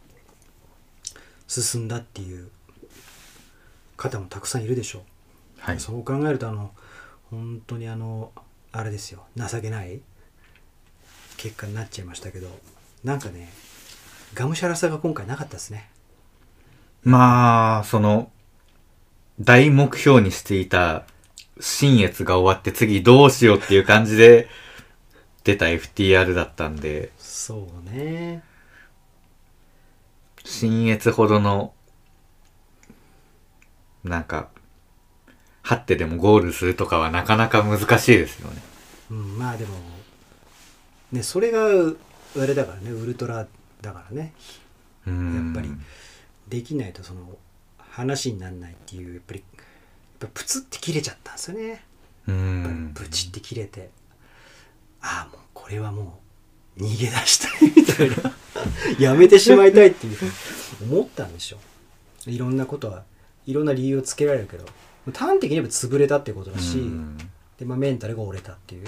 進んだっていう方もたくさんいるでしょう、はい、そう考えるとあの本当にあのあれですよ、情けない結果になっちゃいましたけど、なんかねがむしゃらさが今回なかったですね。 まあその大目標にしていた新越が終わって次どうしようっていう感じで出た エフティーアール だったんで、 そうね、 新越ほどのなんか張ってでもゴールするとかはなかなか難しいですよね。 うん、まあでもねそれがあれだからね、ウルトラだからね、やっぱりできないとその話にならないっていう、やっぱりやっぱプツって切れちゃったんですよね。 うやっぱりブチって切れて、ああもうこれはもう逃げ出したいみたいなやめてしまいたいっていう思ったんでしょう。いろんなことはいろんな理由をつけられるけど、端的に言えば潰れたってことだし、で、まあ、メンタルが折れたっていう。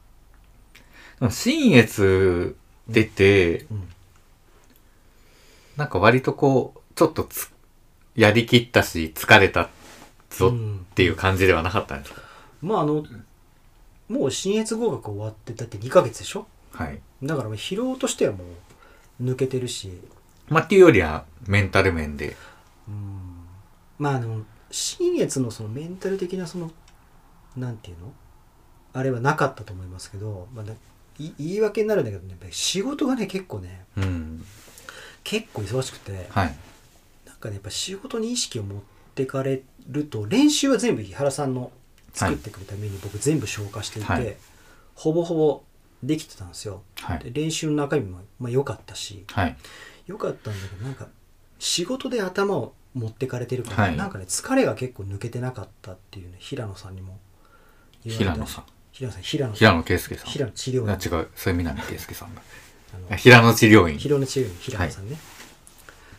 新越出て、うんうん、なんか割とこうちょっとつやりきったし疲れたぞっていう感じではなかったんですか？ うん、まああのもう新越合格終わってだってにかげつでしょ、 はい、 だから疲労としてはもう抜けてるし、 まあっていうよりはメンタル面で、 うん、まああの新越のそのメンタル的なそのなんていうのあれはなかったと思いますけど、まあ、言い訳になるんだけどね、やっぱり仕事がね結構ね、うん、結構忙しくて、はい、なんかねやっぱ仕事に意識を持ってかれると、練習は全部井原さんの作ってくれたメニュー僕全部消化していて、はい、ほぼほぼできてたんですよ、はい、で練習の中身もまあ良かったし、はい、良かったんだけど、なんか仕事で頭を持ってかれてるから、はい、なんかね疲れが結構抜けてなかったっていうね、平野さんにも言われたし、平野さん平野さん平野平野圭介さん平野治療院、 違う、それ南圭介さんがあの平野治療院平野治療院平野さんね、はい、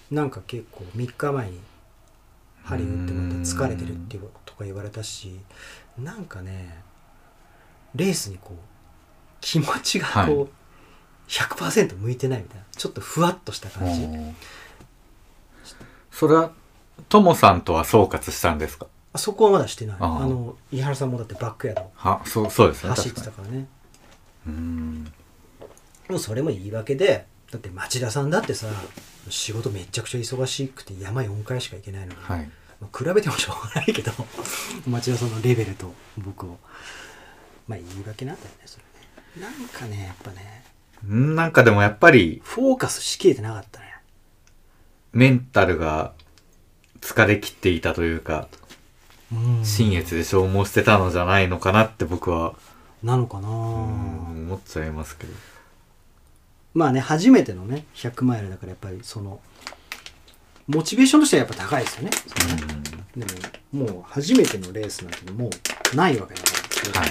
なんか結構みっかまえに針打ってまた疲れてるっていうとか言われたし、なんかねレースにこう気持ちがこう、はい、ひゃくパーセント 向いてないみたいな、ちょっとふわっとした感じ。 それはともさんとは総括したんですか？ あそこはまだしてない。ああの井原さんもだってバックヤードはそうそうですね、 走ってたからね。うーん、もうそれも言い訳で、だって町田さんだってさ仕事めちゃくちゃ忙しくて山よんかいしか行けないのに、はい、まあ、比べてもしょうがないけど町田さんのレベルと僕を、まあ言い訳なんだよねそれね。なんかねやっぱね、 なんかでもやっぱりフォーカスしきれてなかったね。 メンタルが疲れ切っていたというか、新越で消耗してたのじゃないのかなって僕はなのかな思っちゃいますけど、 まあね初めてのねひゃくマイルだからやっぱりそのモチベーションとしてはやっぱ高いですよね。そのねでももう初めてのレースなんてもうないわけだから、はい、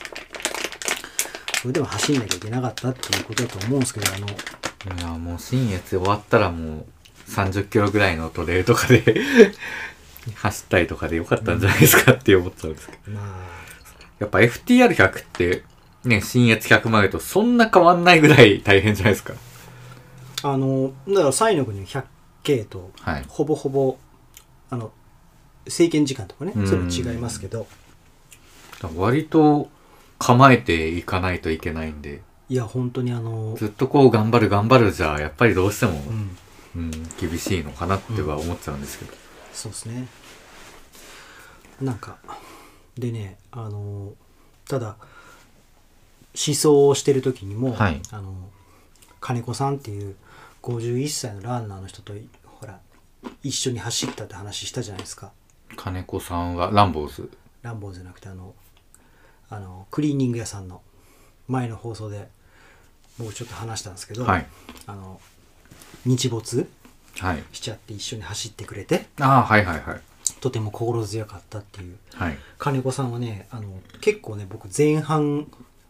それでも走んなきゃいけなかったっていうことだと思うんですけど、あのいやもう新越終わったらもうさんじゅっキロぐらいのトレイルとかで走ったりとかでよかったんじゃないですかって思っちゃうんですけど、まあ、やっぱ エフティーアールひゃく ってね新越ひゃくマイルとそんな変わんないぐらい大変じゃないですか。 あのだからサイの国 ひゃくケー とほぼほぼ、はい、あの制限時間とかねそれも違いますけど、 割と構えていかないといけないんで、 いや本当にあのずっとこう頑張る頑張るじゃやっぱりどうしても、うんうん、厳しいのかなっては思っちゃうんですけど、うん、 そうですね。なんかでねあのただ思想をしてる時にも、はい、あの金子さんっていうごじゅういっさいのランナーの人とほら一緒に走ったって話したじゃないですか。 金子さんはランボーズランボーズじゃなくてあのあのクリーニング屋さんの前の放送で僕ちょっと話したんですけど、はい、あの日没しちゃって一緒に走ってくれて、 あ、はいはいはい、 とても心強かったっていう、 はい、 金子さんはねあの結構ね僕前半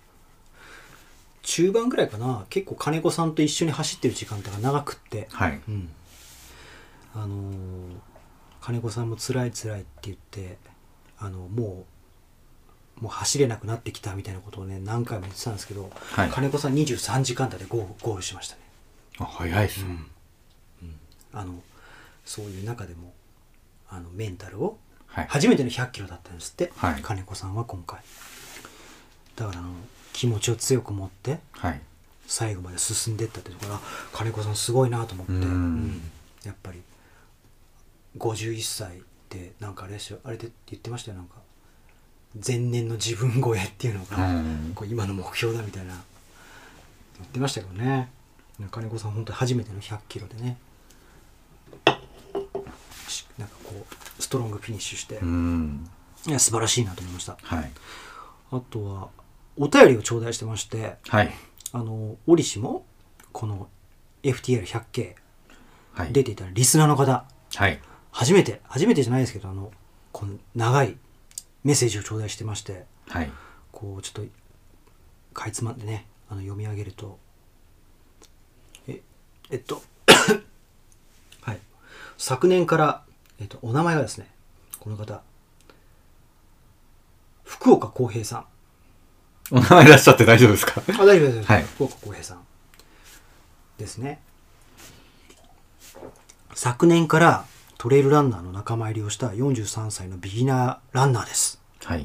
中盤ぐらいかな結構金子さんと一緒に走ってる時間帯が長くって、 はいうん、あのー、金子さんも辛い辛いって言ってあのもうもう走れなくなってきたみたいなことをね何回も言ってたんですけど、はい、金子さんにじゅうさんじかん台でゴール、ゴールしましたね。 あ、早いっすね、 うんうん、あのそういう中でもあのメンタルを、はい、初めてのひゃっキロだったんですって、はい、金子さんは今回だからあの気持ちを強く持って、はい、最後まで進んでいったってところが金子さんすごいなと思って、うんうん、やっぱりごじゅういっさいでなんかあれでしょあれで言ってましたよなんか前年の自分超えっていうのが、うん、こう今の目標だみたいな言ってましたけどね。金子さん本当に初めてのひゃっキロでねなんかこうストロングフィニッシュして、うん、いや素晴らしいなと思いました、 はい、 あとはお便りを頂戴してまして、 はい、 あの折しもこの エフティーアールひゃくケー 出ていたリスナーの方、 はい、 初めて初めてじゃないですけどあのこの長いメッセージを頂戴してまして、 はい、 こうちょっとかいつまんでねあの読み上げるとええっとはい昨年から、えっと、お名前がですねこの方福岡浩平さんお名前出しちゃって大丈夫ですか？ あ、大丈夫です、 はい、 福岡浩平さんですね。昨年からトレイルランナーの仲間入りをしたよんじゅうさんさいのビギナーランナーです、 はい、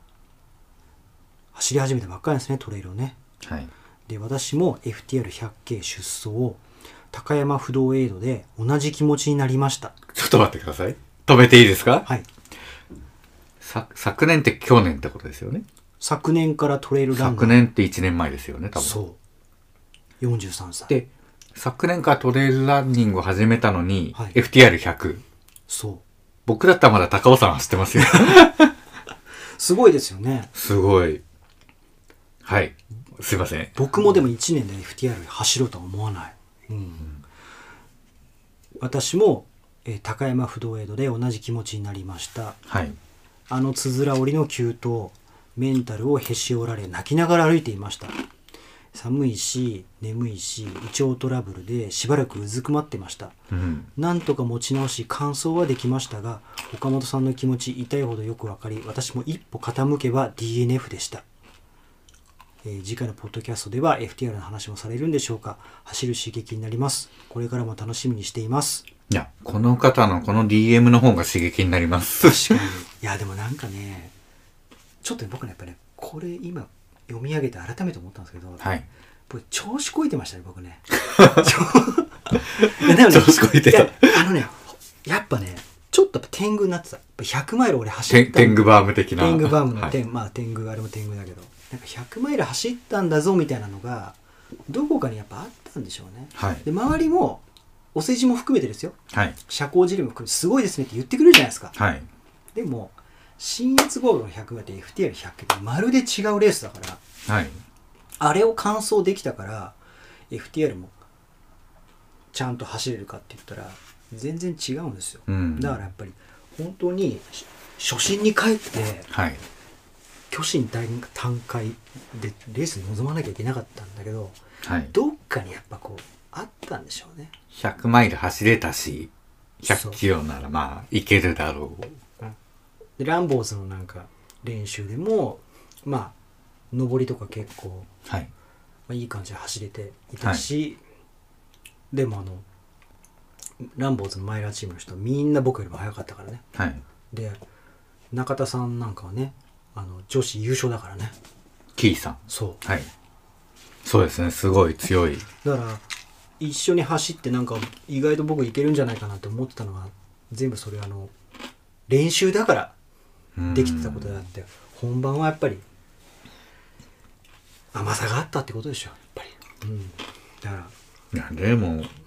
走り始めたばっかりですねトレイルをね、 はい、 で私も エフティーアールひゃくケー 出走を高山不動エイドで同じ気持ちになりました。 ちょっと待ってください、止めていいですか？ はい。 さ昨年って去年ってことですよね。 昨年からトレイルランナー昨年っていちねんまえですよね多分。 そうよんじゅうさんさいで昨年からトレイルランニングを始めたのに、はい、エフティーアールひゃくそう僕だったらまだ高尾山走ってますよすごいですよね。 すごい。はいすいません。 僕もでもいちねんで エフティーアール 走ろうとは思わない、うんうん、私も、えー、高山不動エイドで同じ気持ちになりました、 はい、 あのつづら折りの急登メンタルをへし折られ泣きながら歩いていました。寒いし眠いし胃腸トラブルでしばらくうずくまってました、うん、なんとか持ち直し完走はできましたが岡本さんの気持ち痛いほどよくわかり私も一歩傾けば ディーエヌエフ でした、えー、次回のポッドキャストでは エフティーアール の話もされるんでしょうか。走る刺激になります。これからも楽しみにしています。 いやこの方のこの ディーエム の方が刺激になります。 確かに。いやでもなんかねちょっと僕ねやっぱねこれ今読み上げて改めて思ったんですけど、 はい、 僕調子こいてましたね僕ねいやでもね調子こいてた。 あのねやっぱねちょっと天狗になってた。ひゃくマイル俺走った天狗バーム的な天狗バームの天、はい、まあ天狗あれも天狗だけどなんかひゃくマイル走ったんだぞみたいなのがどこかにやっぱあったんでしょうね、 はい、 で周りもお世辞も含めてですよ、 はい、 社交辞令も含めてすごいですねって言ってくれるじゃないですか、 はい、 でも信越ゴールドのひゃくマイルって エフティーアールひゃく ってまるで違うレースだから、 はい、 あれを完走できたからエフティーアール もちゃんと走れるかって言ったら全然違うんですよ、 うん、 だからやっぱり本当に初心に帰ってはい虚心坦懐でレースに臨まなきゃいけなかったんだけど、 はい、 どっかにやっぱこうあったんでしょうね。 ひゃくマイル走れたしひゃくキロならまあいけるだろう。 でランボーズのなんか練習でもまあ上りとか結構、 はいまあ、いい感じで走れていたし、はい、でもあのランボーズのマイラーチームの人はみんな僕よりも速かったからね、 はい、 で中田さんなんかはねあの女子優勝だからね。 キーさん。 そうはいそうですねすごい強い。 だから一緒に走ってなんか意外と僕いけるんじゃないかなって思ってたのは全部それあの練習だからできてたことであって本番はやっぱり甘さがあったってことでしょやっぱり、うん、だからいやでも、 うん、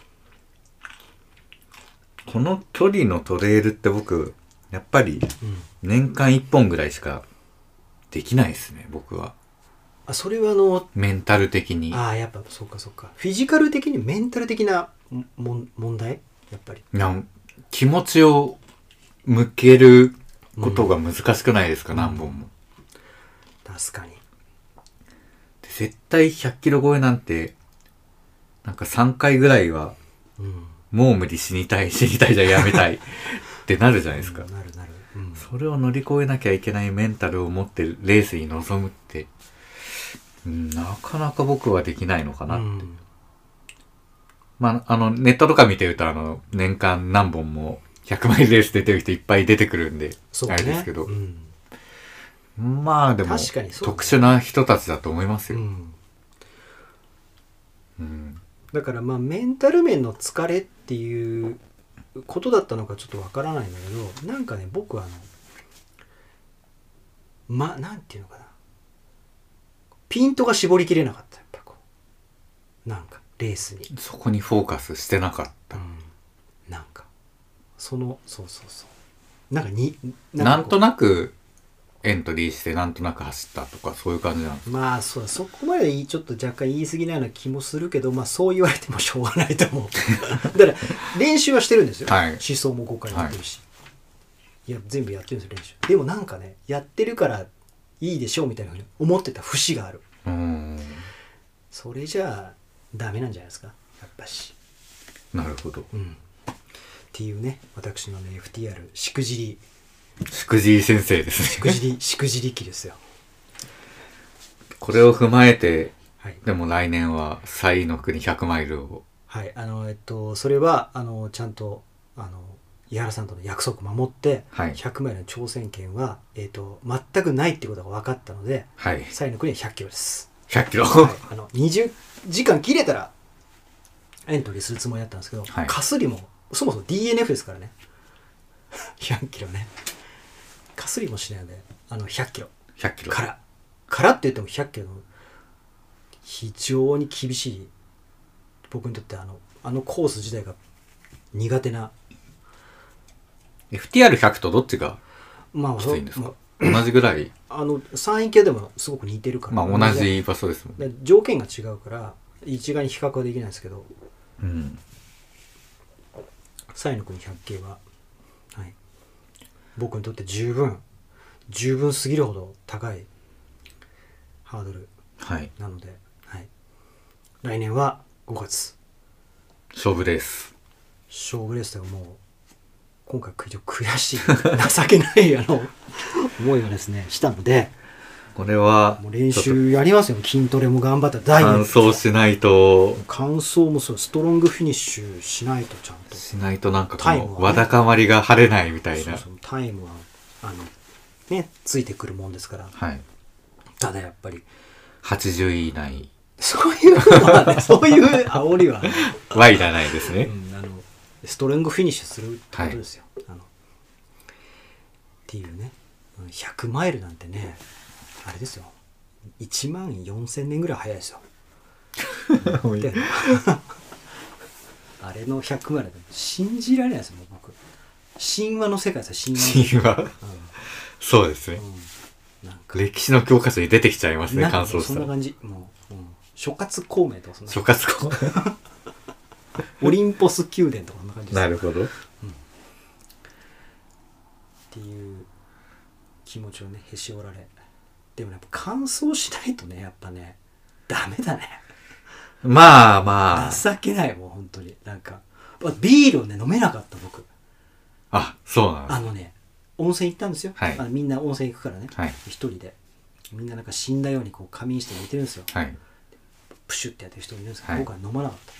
この距離のトレイルって僕やっぱり年間いっぽんぐらいしかできないですね僕は。 あそれはあのメンタル的に。 ああやっぱそうかそうかフィジカル的にメンタル的なも問題やっぱり。 いや気持ちを向けることが難しくないですか、うん、何本も。 確かに。 で絶対ひゃっキロ超えなんてなんかさんかいぐらいは、うん、もう無理死にたい死にたいじゃやめたいってなるじゃないですか、 うん、なるなる、うん、 それを乗り越えなきゃいけないメンタルを持ってレースに臨むって、うん、なかなか僕はできないのかなって、うん、まああのネットとか見てるとあの年間何本もひゃくマイルレース出てる人いっぱい出てくるんで、ね、あれですけど、うん、まあでも、ね、特殊な人たちだと思いますよ、うんうん、だからまあメンタル面の疲れっていうことだったのかちょっとわからないんだけどなんかね僕はあのまなんていうのかなピントが絞りきれなかったやっぱこうなんかレースにそこにフォーカスしてなかった、うん、 なんかそのそうそうそうなんかになんとなくエントリーしてなんとなく走ったとかそういう感じなんですか。 まあそうそこまでちょっと若干言い過ぎないような気もするけどまあそう言われてもしょうがないと思うだから練習はしてるんですよ、はい、思想もごかいやってるし、はい、いや全部やってるんですよ練習。でもなんかねやってるからいいでしょうみたいなふうに思ってた節がある。うーんそれじゃあダメなんじゃないですかやっぱし。 なるほど、 うん、っていうね私のね エフティーアール しくじりしくじり先生ですね。 しくじりしくじり期ですよ。 これを踏まえて、 はい、 でも来年は西の国ひゃくマイルをはいあのえっとそれはあのちゃんとあの井原さんとの約束守って、はい、ひゃくマイルの挑戦権は、えっと、全くないっていうことが分かったので、はい、西の国はひゃっキロです。 ひゃっキロ、 はい、あのにじゅうじかん切れたらエントリーするつもりだったんですけど、はい、かすりもそもそも ディーエヌエフ ですからねひゃっキロねかすりもしないのであのひゃっキロひゃっキロからからって言ってもひゃっキロの非常に厳しい僕にとってあのあのコース自体が苦手な。 エフティーアールひゃく とどっちがきついんですか、まあ、同じぐらいあのさんい系でもすごく似てるから、 まあ、同じ場所ですもんね。 条件が違うから一概に比較はできないですけど、うん、西の国ひゃっけいは、はい、僕にとって十分十分すぎるほど高いハードルなので、はいはい、来年はごがつ勝負レース勝負レースではもう今回悔しい情けないあの思いがですねしたのでこれはもう練習やりますよ。筋トレも頑張ったダイエット完走しないと完走もそうストロングフィニッシュしないとちゃんとしないとなんかこのわだかまりが晴れないみたいな。 そうそうタイムはあのねついてくるもんですから、はい、ただやっぱりはちじゅうい以内そういうのはねそういう煽りははいらないですね、 うん、あのストロングフィニッシュするってことですよ、はい、あのっていうねひゃくマイルなんてねあれですよいちまんよんせんねんぐらい早いですよであれのひゃくマイルで信じられないですよ僕。神話の世界ですよ神話。 神話、うん、そうですね、うん、なんか歴史の教科書に出てきちゃいますね完走したら。 そんな感じもう、うん、 諸葛孔明とかそんな諸葛孔オリンポス宮殿とかそんな感じですなるほど。 っていう気持ちをねへし折られ、でもやっぱ乾燥しないとねやっぱねダメだね。 まあまあ。 情けないもう本当になんかビールをね飲めなかった僕。 あ、そうなんです。 あのね温泉行ったんですよ、 はい、 あのみんな温泉行くからね、 はい、 一人でみんななんか死んだようにこう仮眠して寝てるんですよ、 はい、 プシュってやってる人もいるんですけど、 はい、 僕は飲まなかった。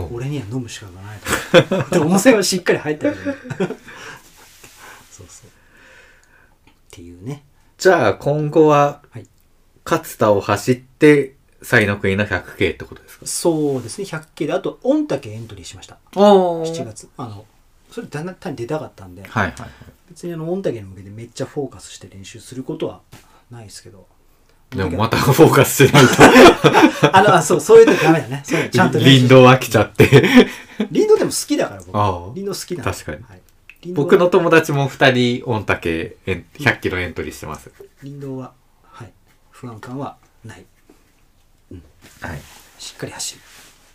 俺には飲むしかないとで温泉はしっかり入ってるけどそうそうっていうね。 じゃあ今後は、 はい、 勝田を走って西の国の ひゃくケー ってことですか？ そうですね ひゃくケー であと御嶽エントリーしました。 おしちがつあのそれだんだん単に出たかったんで、 はいはいはい、 別にあの御嶽に向けてめっちゃフォーカスして練習することはないですけど、 でもまたフォーカスしないとあのあそうそういう時ダメだね。そうちゃんと林道飽きちゃって林道でも好きだから僕あ林道好きなんで。 確かに、 はい、 僕の友達もふたり御嶽ひゃっキロエントリーしてます。 林道は、はい、不安感はない、うんはい、 しっかり走る。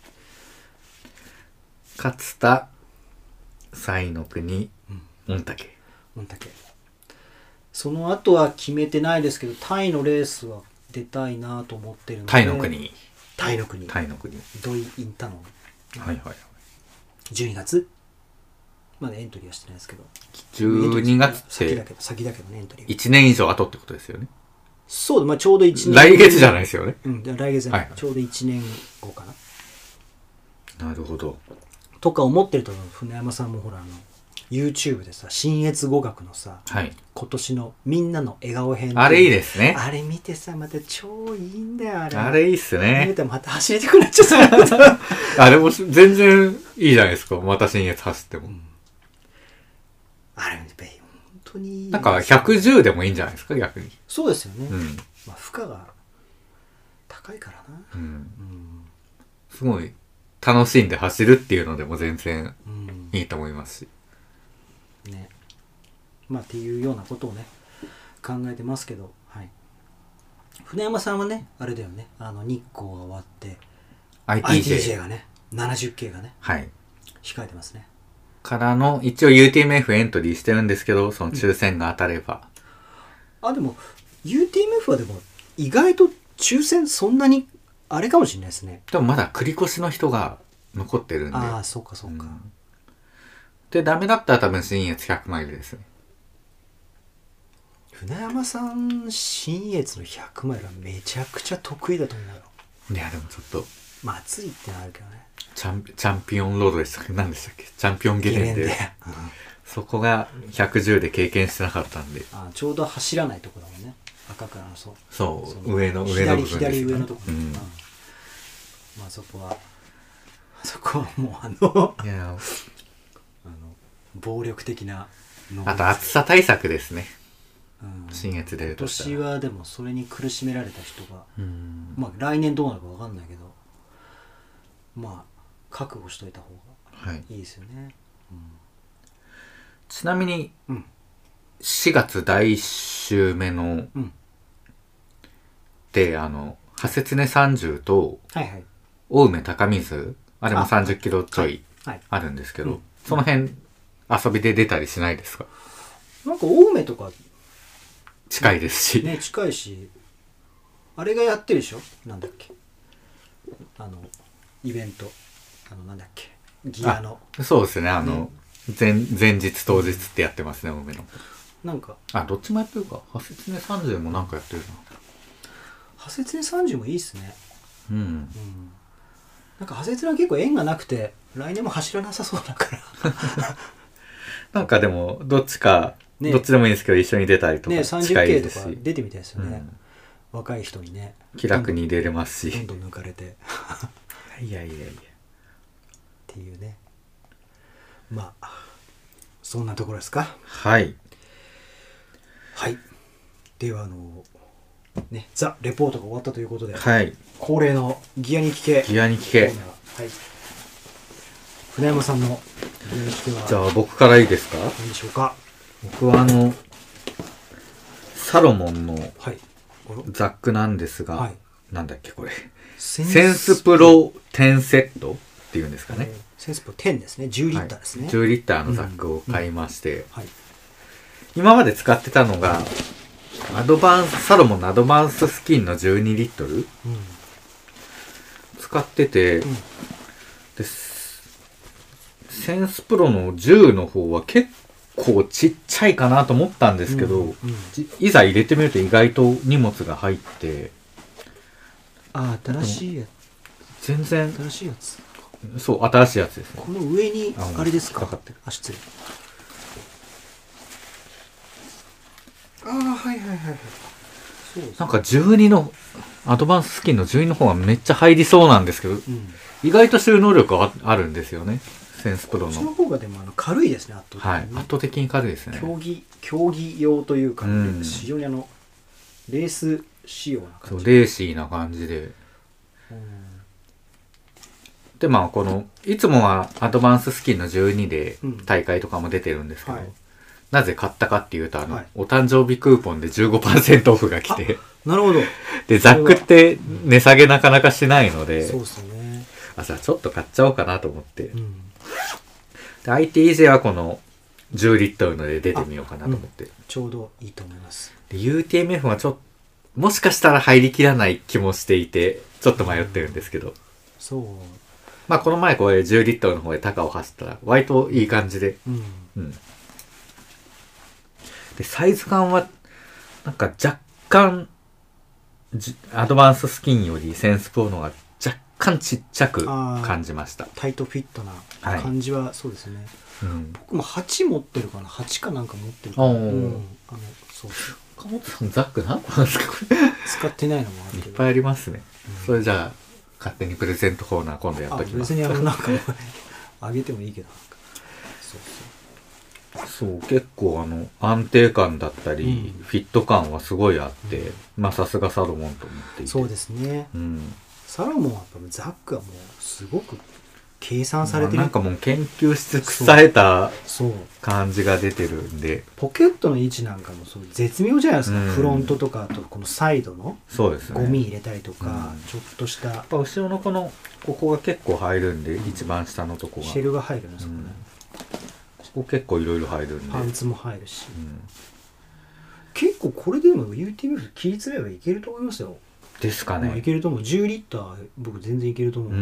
勝田西の国御嶽御嶽その後は決めてないですけどタイのレースは出たいなと思ってるので。 タイの国タイの国タイの国ドイインタノン、 はいはいはい、 じゅうにがつまだエントリーはしてないですけど、 じゅうにがつって先だけど先だけどねエントリーいちねん以上後ってことですよね。 そう、まあ、ちょうどいちねん来月じゃないですよね。 うん来月じゃない、 はいはい、 ちょうどいちねんごかななるほどとか思ってると、船山さんもほらあの YouTube でさ新越語学のさ、 はい、 今年のみんなの笑顔編あれいいですね。 あれ見てさまた超いいんだよあれ。 あれいいっすね。 見てまた走りたくなっちゃったあれも全然いいじゃないですか。また新越走っても、うん、 あれやっぱり本当にいい。 なんかひゃくじゅうでもいいんじゃないですか逆に。 そうですよね、 うん、 まあ負荷が高いからな、 うんうん、すごい楽しんで走るっていうのでも全然いいと思いますし、 うん、ねまあっていうようなことをね考えてますけど、はい、船山さんはねあれだよね、あの日光が終わって アイティージェー, アイティージェーがね ななじゅっケー がね、はい、控えてますね。 からの一応 ユーティーエムエフ エントリーしてるんですけど、その抽選が当たれば、 うん、あでも ユーティーエムエフ はでも意外と抽選そんなにあれかもしれないですね。 でもまだ繰り越しの人が残ってるんで。 ああそうかそうか、うん、 でダメだったら多分新越ひゃくマイルですね。 船山さん新越のひゃくマイルはめちゃくちゃ得意だと思うよ。 いやでもちょっとまあ暑いってのはあるけどね。 チャン、チャンピオンロードでしたっけ、何でしたっけ、チャンピオンゲレンデ、うん、そこがひゃくじゅうで経験してなかったんで。 あちょうど走らないとこだもんね、赤からのそうそうそ上の上の部分です、ね、 左上のところ、うんうん、まあそこはそこはもうあのいやあの暴力的なのあと暑さ対策ですね、 うん、 新越出るとしたら。 今年はでもそれに苦しめられた人が、うん、まあ来年どうなるか分かんないけど、まあ覚悟しといた方がいいですよね、はい、うん、 ちなみに、うん、しがつだいいち週目の、うん、であのハセツネさんじゅうと、はいはい、青梅高水あれもさんじゅっキロちょいあるんですけど、はいはい、その辺遊びで出たりしないですか？ なんか青梅とか近いですし、 ね、近いしあれがやってるでしょ、なんだっけあのイベント、あのなんだっけギアの。 そうですね、あの、ね、前, 前日当日ってやってますね、青梅の。 なんかあどっちもやってるか。ハセツネさんじゅうもなんかやってるな。 ハセツネさんじゅうもいいっすね。 うん、うん、 なんかハセツネは結構縁がなくて来年も走らなさそうだからなんかでもどっちか、ね、どっちでもいいんですけど一緒に出たりとか近いですし、ね、 さんじゅっケーとか出てみたいですよね、うん、若い人にね気楽に出れますしどんどん抜かれていやいやいやっていうね。まあそんなところですか。 はいはいではあのねザ・レポートが終わったということで、 はい、 恒例のギアに聞けギアに聞け、はい、 船山さんのギアに聞けはじゃあ僕からいいですか。 何でしょうか。 僕はあのサロモンのはいザックなんですが、はい、 なんだっけこれセセンスプロテンセットっていうんですかね、 センスプロじゅうですね。じゅうリッターですね、 はい、じゅうリッターのザックを買いまして、うんうんはい、 今まで使ってたのがアドバンスサロモンのアドバンススキンのじゅうにリットル、うん、使ってて、うん、でセンスプロのじゅうの方は結構ちっちゃいかなと思ったんですけど、うんうん、いざ入れてみると意外と荷物が入って、 ああ新しいやつ、 全然新しいやつ、 そう新しいやつですね。 この上にあれですか、 かかってる。 あ、失礼。ああはいはいはいはい。そうそう、 なんかじゅうにのアドバンススキンのじゅうにの方がめっちゃ入りそうなんですけど、うん、意外と収納力はあるんですよね、センスプロの。 その方がでもあの軽いですね、圧倒的に、ね。 はい、圧倒的に軽いですね。 競技競技用というか、ね、うん、非常にあのレース仕様な感じ。 そうレーシーな感じで。うん、でまあこのいつもはアドバンススキンのじゅうにで大会とかも出てるんですけど、うん、はい、なぜ買ったかっていうとあの、はい、お誕生日クーポンで じゅうごパーセント オフが来て、 なるほど。 でザックって値下げなかなかしないので、 そうですね。 あ、じゃあちょっと買っちゃおうかなと思って、うん、で アイティーイージェー はこのじゅうリットルので出てみようかなと思って、うん、 ちょうどいいと思います。 で ユーティーエムエフ はちょっともしかしたら入りきらない気もしていてちょっと迷ってるんですけど、うん、 そう、 まあこの前これじゅうリットルの方で高を走ったら割といい感じで、うんうん、でサイズ感はなんか若干アドバンススキンよりセンスプロの方が若干ちっちゃく感じました。 タイトフィットな感じはそうですね、はい、うん、僕もはち持ってるかな、はちかなんか持ってるかな、うん、あのそう岡本さんザック何個なんですかこれ使ってないのもあるけどいっぱいありますね、うん、それじゃあ勝手にプレゼントコーナー今度やっときます。 別にあのなんかあげてもいいけど、そうそうそう結構あの安定感だったり、うん、フィット感はすごいあって、うん、まあさすがサロモンと思っていて。 そうですね、うん、サロモンはやっぱザックはもうすごく計算されてる、 まあ、なんかもう研究し尽くされた感じが出てるんで、 ポケットの位置なんかもそう絶妙じゃないですか、うん、フロントとかあとこのサイドのそうですね、 ゴミ入れたりとか、うん、ちょっとしたやっぱ後ろのこのここが結構入るんで、うん、一番下のとこがシェルが入るんですよね、 うん、そこ結構いろいろ入るんでパンツも入るし、うん、結構これでも ユーティーエムエフ 切り詰めればいけると思いますよ。 ですかね、 まあ、いけると思う。じゅうリッター僕全然いけると思う、うん、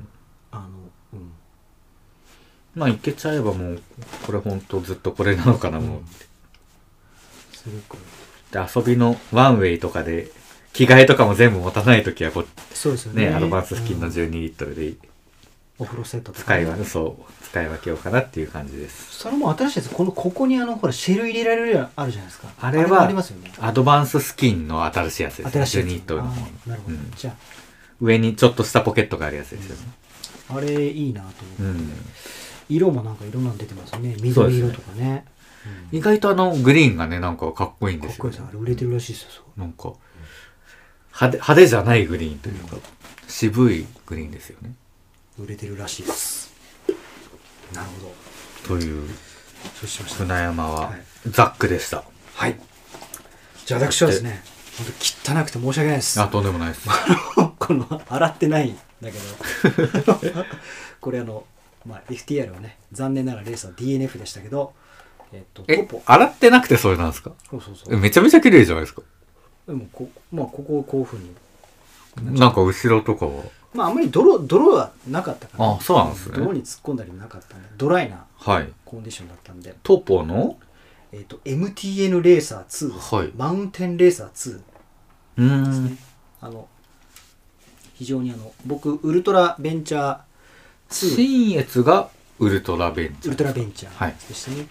あのうん、 まあいけちゃえばもうこれほんとずっとこれなのかなもう、うん、 すごくで遊びのワンウェイとかで着替えとかも全部持たないときはこそうですよね、 ねアドバンススキンのじゅうにリットルで、うん、 お風呂セットとか、 使い分そう使い分けようかなっていう感じです。 それも新しいです。このここにあのほらシェル入れられるやあるじゃないですか。 あれはありますよね。アドバンススキンの新しいやつです、ね、 新しいやつじゅうにリットルの方に。 なるほど、うん、じゃあ上にちょっとしたポケットがあるやつですよね、 うん、あれいいなと思って、うん、色もなんかいろんなの出てますよね。緑色とかね、ね、 うん、意外とあのグリーンがねなんかかっこいいんですよ、ね、 かっこいいです。あれ売れてるらしいですよ、 うん、なんか派手、派手じゃないグリーンというか、うん、渋いグリーンですよね。 売れてるらしいです。なるほどというそうしました、 船山はザックでした。 はい、じゃあ私はですね本当汚くて申し訳ないです。 あ、とんでもないですこの洗ってないんだけどこれあの、まあ、エフティーアール はね残念ながらレースは ディーエヌエフ でしたけど、 えっと、えトポ洗ってなくてそれなんですか。 そうそうそう、 めちゃめちゃ綺麗じゃないですか。 でもこ、まあ、ここをこういうふうになんか後ろとかはまああんまり泥泥はなかったから、 ね、あ、そうなんですね。 泥に突っ込んだりもなかったんでドライなコンディションだったんで、はい、 トポの、 えー、と エムティーエヌ レーサーツーです、ね、はい、マウンテンレーサーツーですね。あの非常にあの僕ウルトラベンチャーツー新越がウルトラベンチャーウルトラベンチャーでしたね、はい、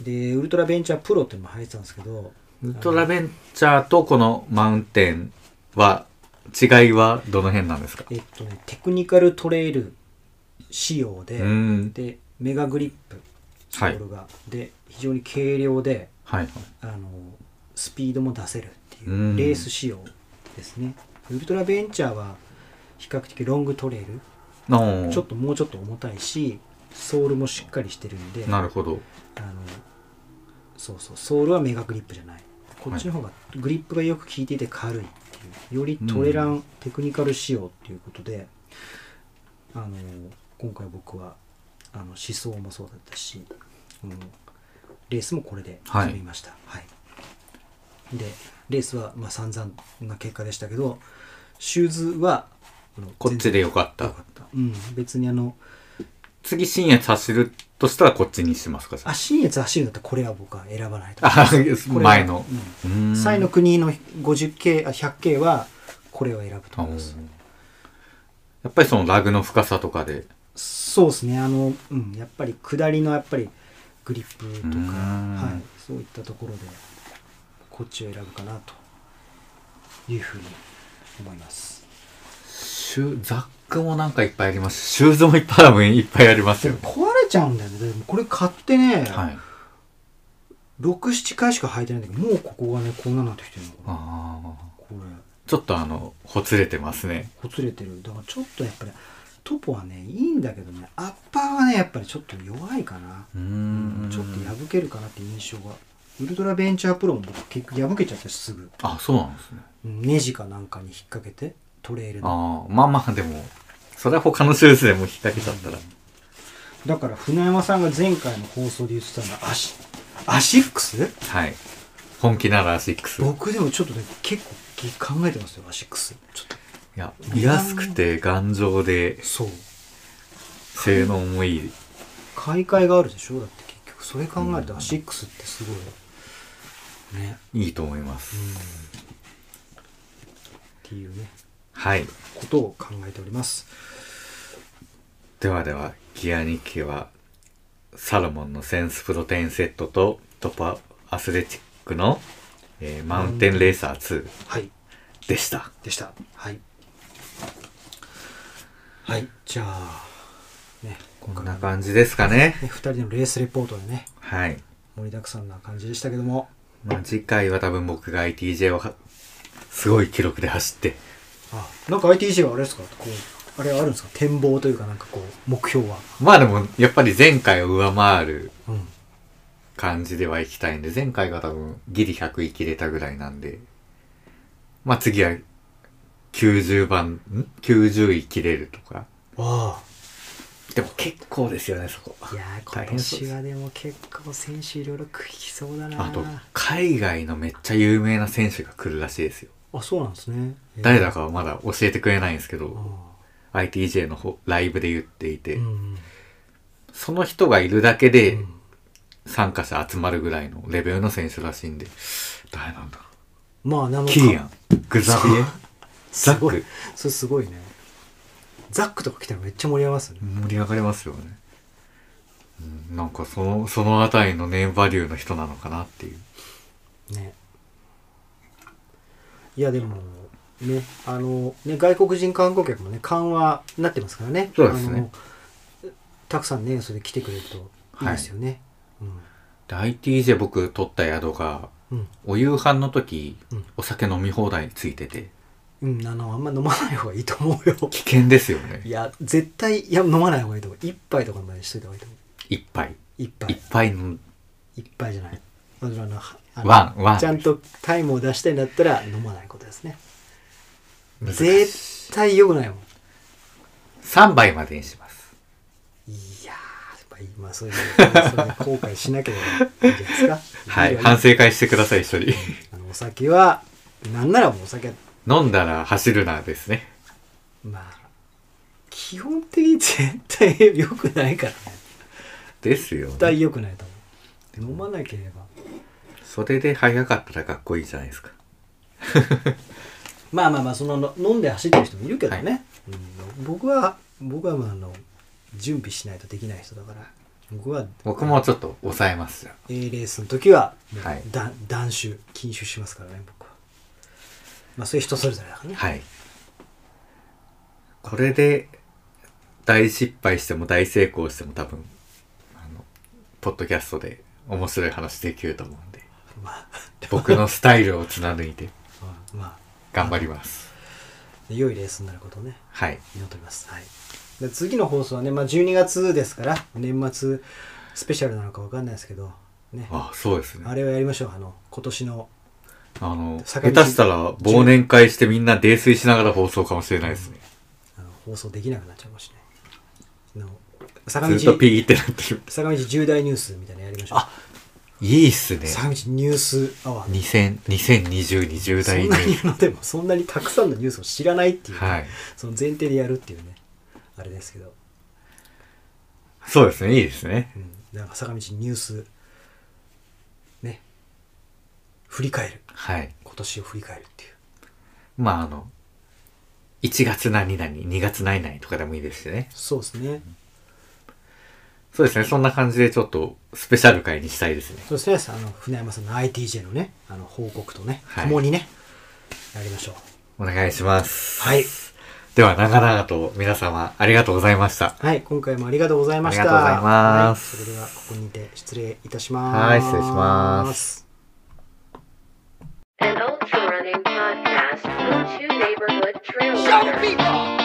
でウルトラベンチャープロっていうのも入ってたんですけど、 ウルトラベンチャーとこのマウンテンは違いはどの辺なんですか。 えっとねテクニカルトレイル仕様で、でメガグリップソールが、はい、で非常に軽量で、はいはい、あのスピードも出せるっていうレース仕様ですね。ウルトラベンチャーは比較的ロングトレイル、ちょっともうちょっと重たいしソールもしっかりしてるんで、 なるほど、 あのそうそうソールはメガグリップじゃない、こっちの方がグリップがよく効いていて軽いっていういうよりトレランテクニカル仕様っていうことで、あの今回僕はあの思想もそうだったし、うん、レースもこれで決めました、はいはい、でレースはまあ散々な結果でしたけど、シューズはこっちでよかった。 よかった、うん、別にあの次新越走るとしたらこっちにしますか？ あ、新越走るんだったらこれは僕は選ばないとあ前のサイの国の ごじゅっケー、あ ひゃくケー はこれを選ぶと思います。 やっぱりそのラグの深さとかで。 そうですね、あの、うん、やっぱり下りのやっぱりグリップとか、はい、そういったところでこっちを選ぶかなというふうに思います。 シュザックもなんかいっぱいあります。シューズもいっぱい多分いっぱいありますよ。 壊れちゃうんだよね。でもこれ買ってね、 はい、 ろく、ななかいしか履いてないんだけど、もうここがねこんなになってきてるの。 あこれちょっとあのほつれてますね。 ほつれてる。だからちょっとやっぱりトポはねいいんだけどね、アッパーはねやっぱりちょっと弱いかな。 うーん、 ちょっと破けるかなって印象が。ウルトラベンチャープロも僕結局破けちゃったしすぐ。 あ、そうなんですね。 ネジかなんかに引っ掛けてトレイルの。 ああ、まあまあでもそれは他のシューズでも引っ掛けちゃったら。 だから船山さんが前回の放送で言ってたのはアシアシックス？ はい。本気ならアシックス。 僕でもちょっとね結構考えてますよアシックス。ちょっと。 いや、見やすくて頑丈で、 そう。 性能もいい。 買い替えがあるでしょ。だって結局それ考えたらアシックスってすごいね。 いいと思います。 うん。っていうね。 はい。 ことを考えております。 ではではギア日記はサロモンのセンスプロテインセットとトポアスレチックの、えー、マウンテンレーサーツーでした。 でした。はい。はい。じゃあね、 こんな感じですかね。 ふたりのレースレポートでね、 はい。 盛りだくさんな感じでしたけども、 まあ次回は多分僕が アイティージェー をはすごい記録で走って、 あ、なんか アイティージェー はあれですか？こうあれはあるんですか？展望というかなんかこう目標は。 まあでもやっぱり前回を上回るうん感じではいきたいんで、前回が多分ギリひゃくいきれたぐらいなんで、まあ次はきゅうじゅうばん、ん ?きゅうじゅう い切れるとか。 ああ。 でも結構ですよね、そこ。 いやー、今年はでも結構選手いろいろ来そうだな。 あと、海外のめっちゃ有名な選手が来るらしいですよ。 あ、そうなんですね。 誰だかはまだ教えてくれないんですけど、 あアイティージェー の方ライブで言っていて、 うん、 その人がいるだけでうん参加者集まるぐらいのレベルの選手らしいんで、誰なんだろう。 まあ、なんかキリアン、グザビエ、ザック。 それすごいね。ザックとか来たらめっちゃ盛り上がりますよね。 盛り上がりますよね。うん、なんかその、そのあたりのネームバリューの人なのかなっていう。 ね。いやでも、ね、あの、ね、外国人観光客もね、緩和になってますからね。 そうですね。 たくさんね、それで来てくれるといいですよね。はい、うん、 で、アイティージェー 僕取った宿が、うん、お夕飯の時、うん、お酒飲み放題ついてて。 うん、あの、あんま飲まない方がいいと思うよ。 危険ですよね。 いや、絶対、いや、飲まない方がいいと思う。一杯とかまでしといた方がいいと思う。 一杯。 一杯。 一杯の。 一杯じゃない。あのあのワン、ワン。 ちゃんとタイムを出したいんだったら飲まないことですね。絶対良くないもん。 三杯までにします。 いやー、まあそういう、そういう後悔しなければいいんじゃないですか。 はい、反省会してください、一人。 あのお酒は、なんならもうお酒は飲んだら走るなですね。 まあ基本的に絶対良くないからね。 ですよね。 絶対良くないと思う。飲まなければ。 それで早かったらかっこいいじゃないですか。 まあまあまあその飲んで走ってる人もいるけどね。はい、うん、僕は僕はまああの準備しないとできない人だから。僕は僕もちょっと抑えますよ。 A レースの時ははい、 だ断酒禁酒しますからね僕は。まあそういう人それぞれだからね。 はい。これで大失敗しても大成功しても多分あのポッドキャストで面白い話できると思うんで、まあ、僕のスタイルを貫いてまあ頑張ります。 良いレースになることをね、 はい、 祈っております。はい。で次の放送はね、まあじゅうにがつですから年末スペシャルなのかわかんないですけどね。 ああ、そうですね。 あれをやりましょう。あの今年のあの、 坂道下手したら忘年会してみんな泥酔しながら放送かもしれないですね。 あの放送できなくなっちゃうかもしれない。あの坂ずっとピーってなってる。 坂道重大ニュースみたいなのやりましょう。 あ、いいっすね。 坂道ニュースアワー。 にせんにせんにじゅうにじゅう代に。 そんなにあのでもそんなにたくさんのニュースを知らないっていう、ね、 はい。 その前提でやるっていうね、あれですけど。 そうですね、いいですね。 うん、なんか坂道ニュースね、振り返る。 はい。 今年を振り返るっていう。 まああの、いちがつ何々、にがつ何々とかでもいいですしね。 そうですね。 そうですね、そんな感じでちょっとスペシャル回にしたいですね。 そうですね、あの船山さんの アイティージェー のね、あの報告とね、 はい共にね、やりましょう。 お願いします。 はい。 では長々と皆様ありがとうございました。 はい、今回もありがとうございました。 ありがとうございます。 はい、それではここにて失礼いたします。 はい、失礼します。 An ultra running podcast, Blue Chew Neighborhood Trail Show Runner. people!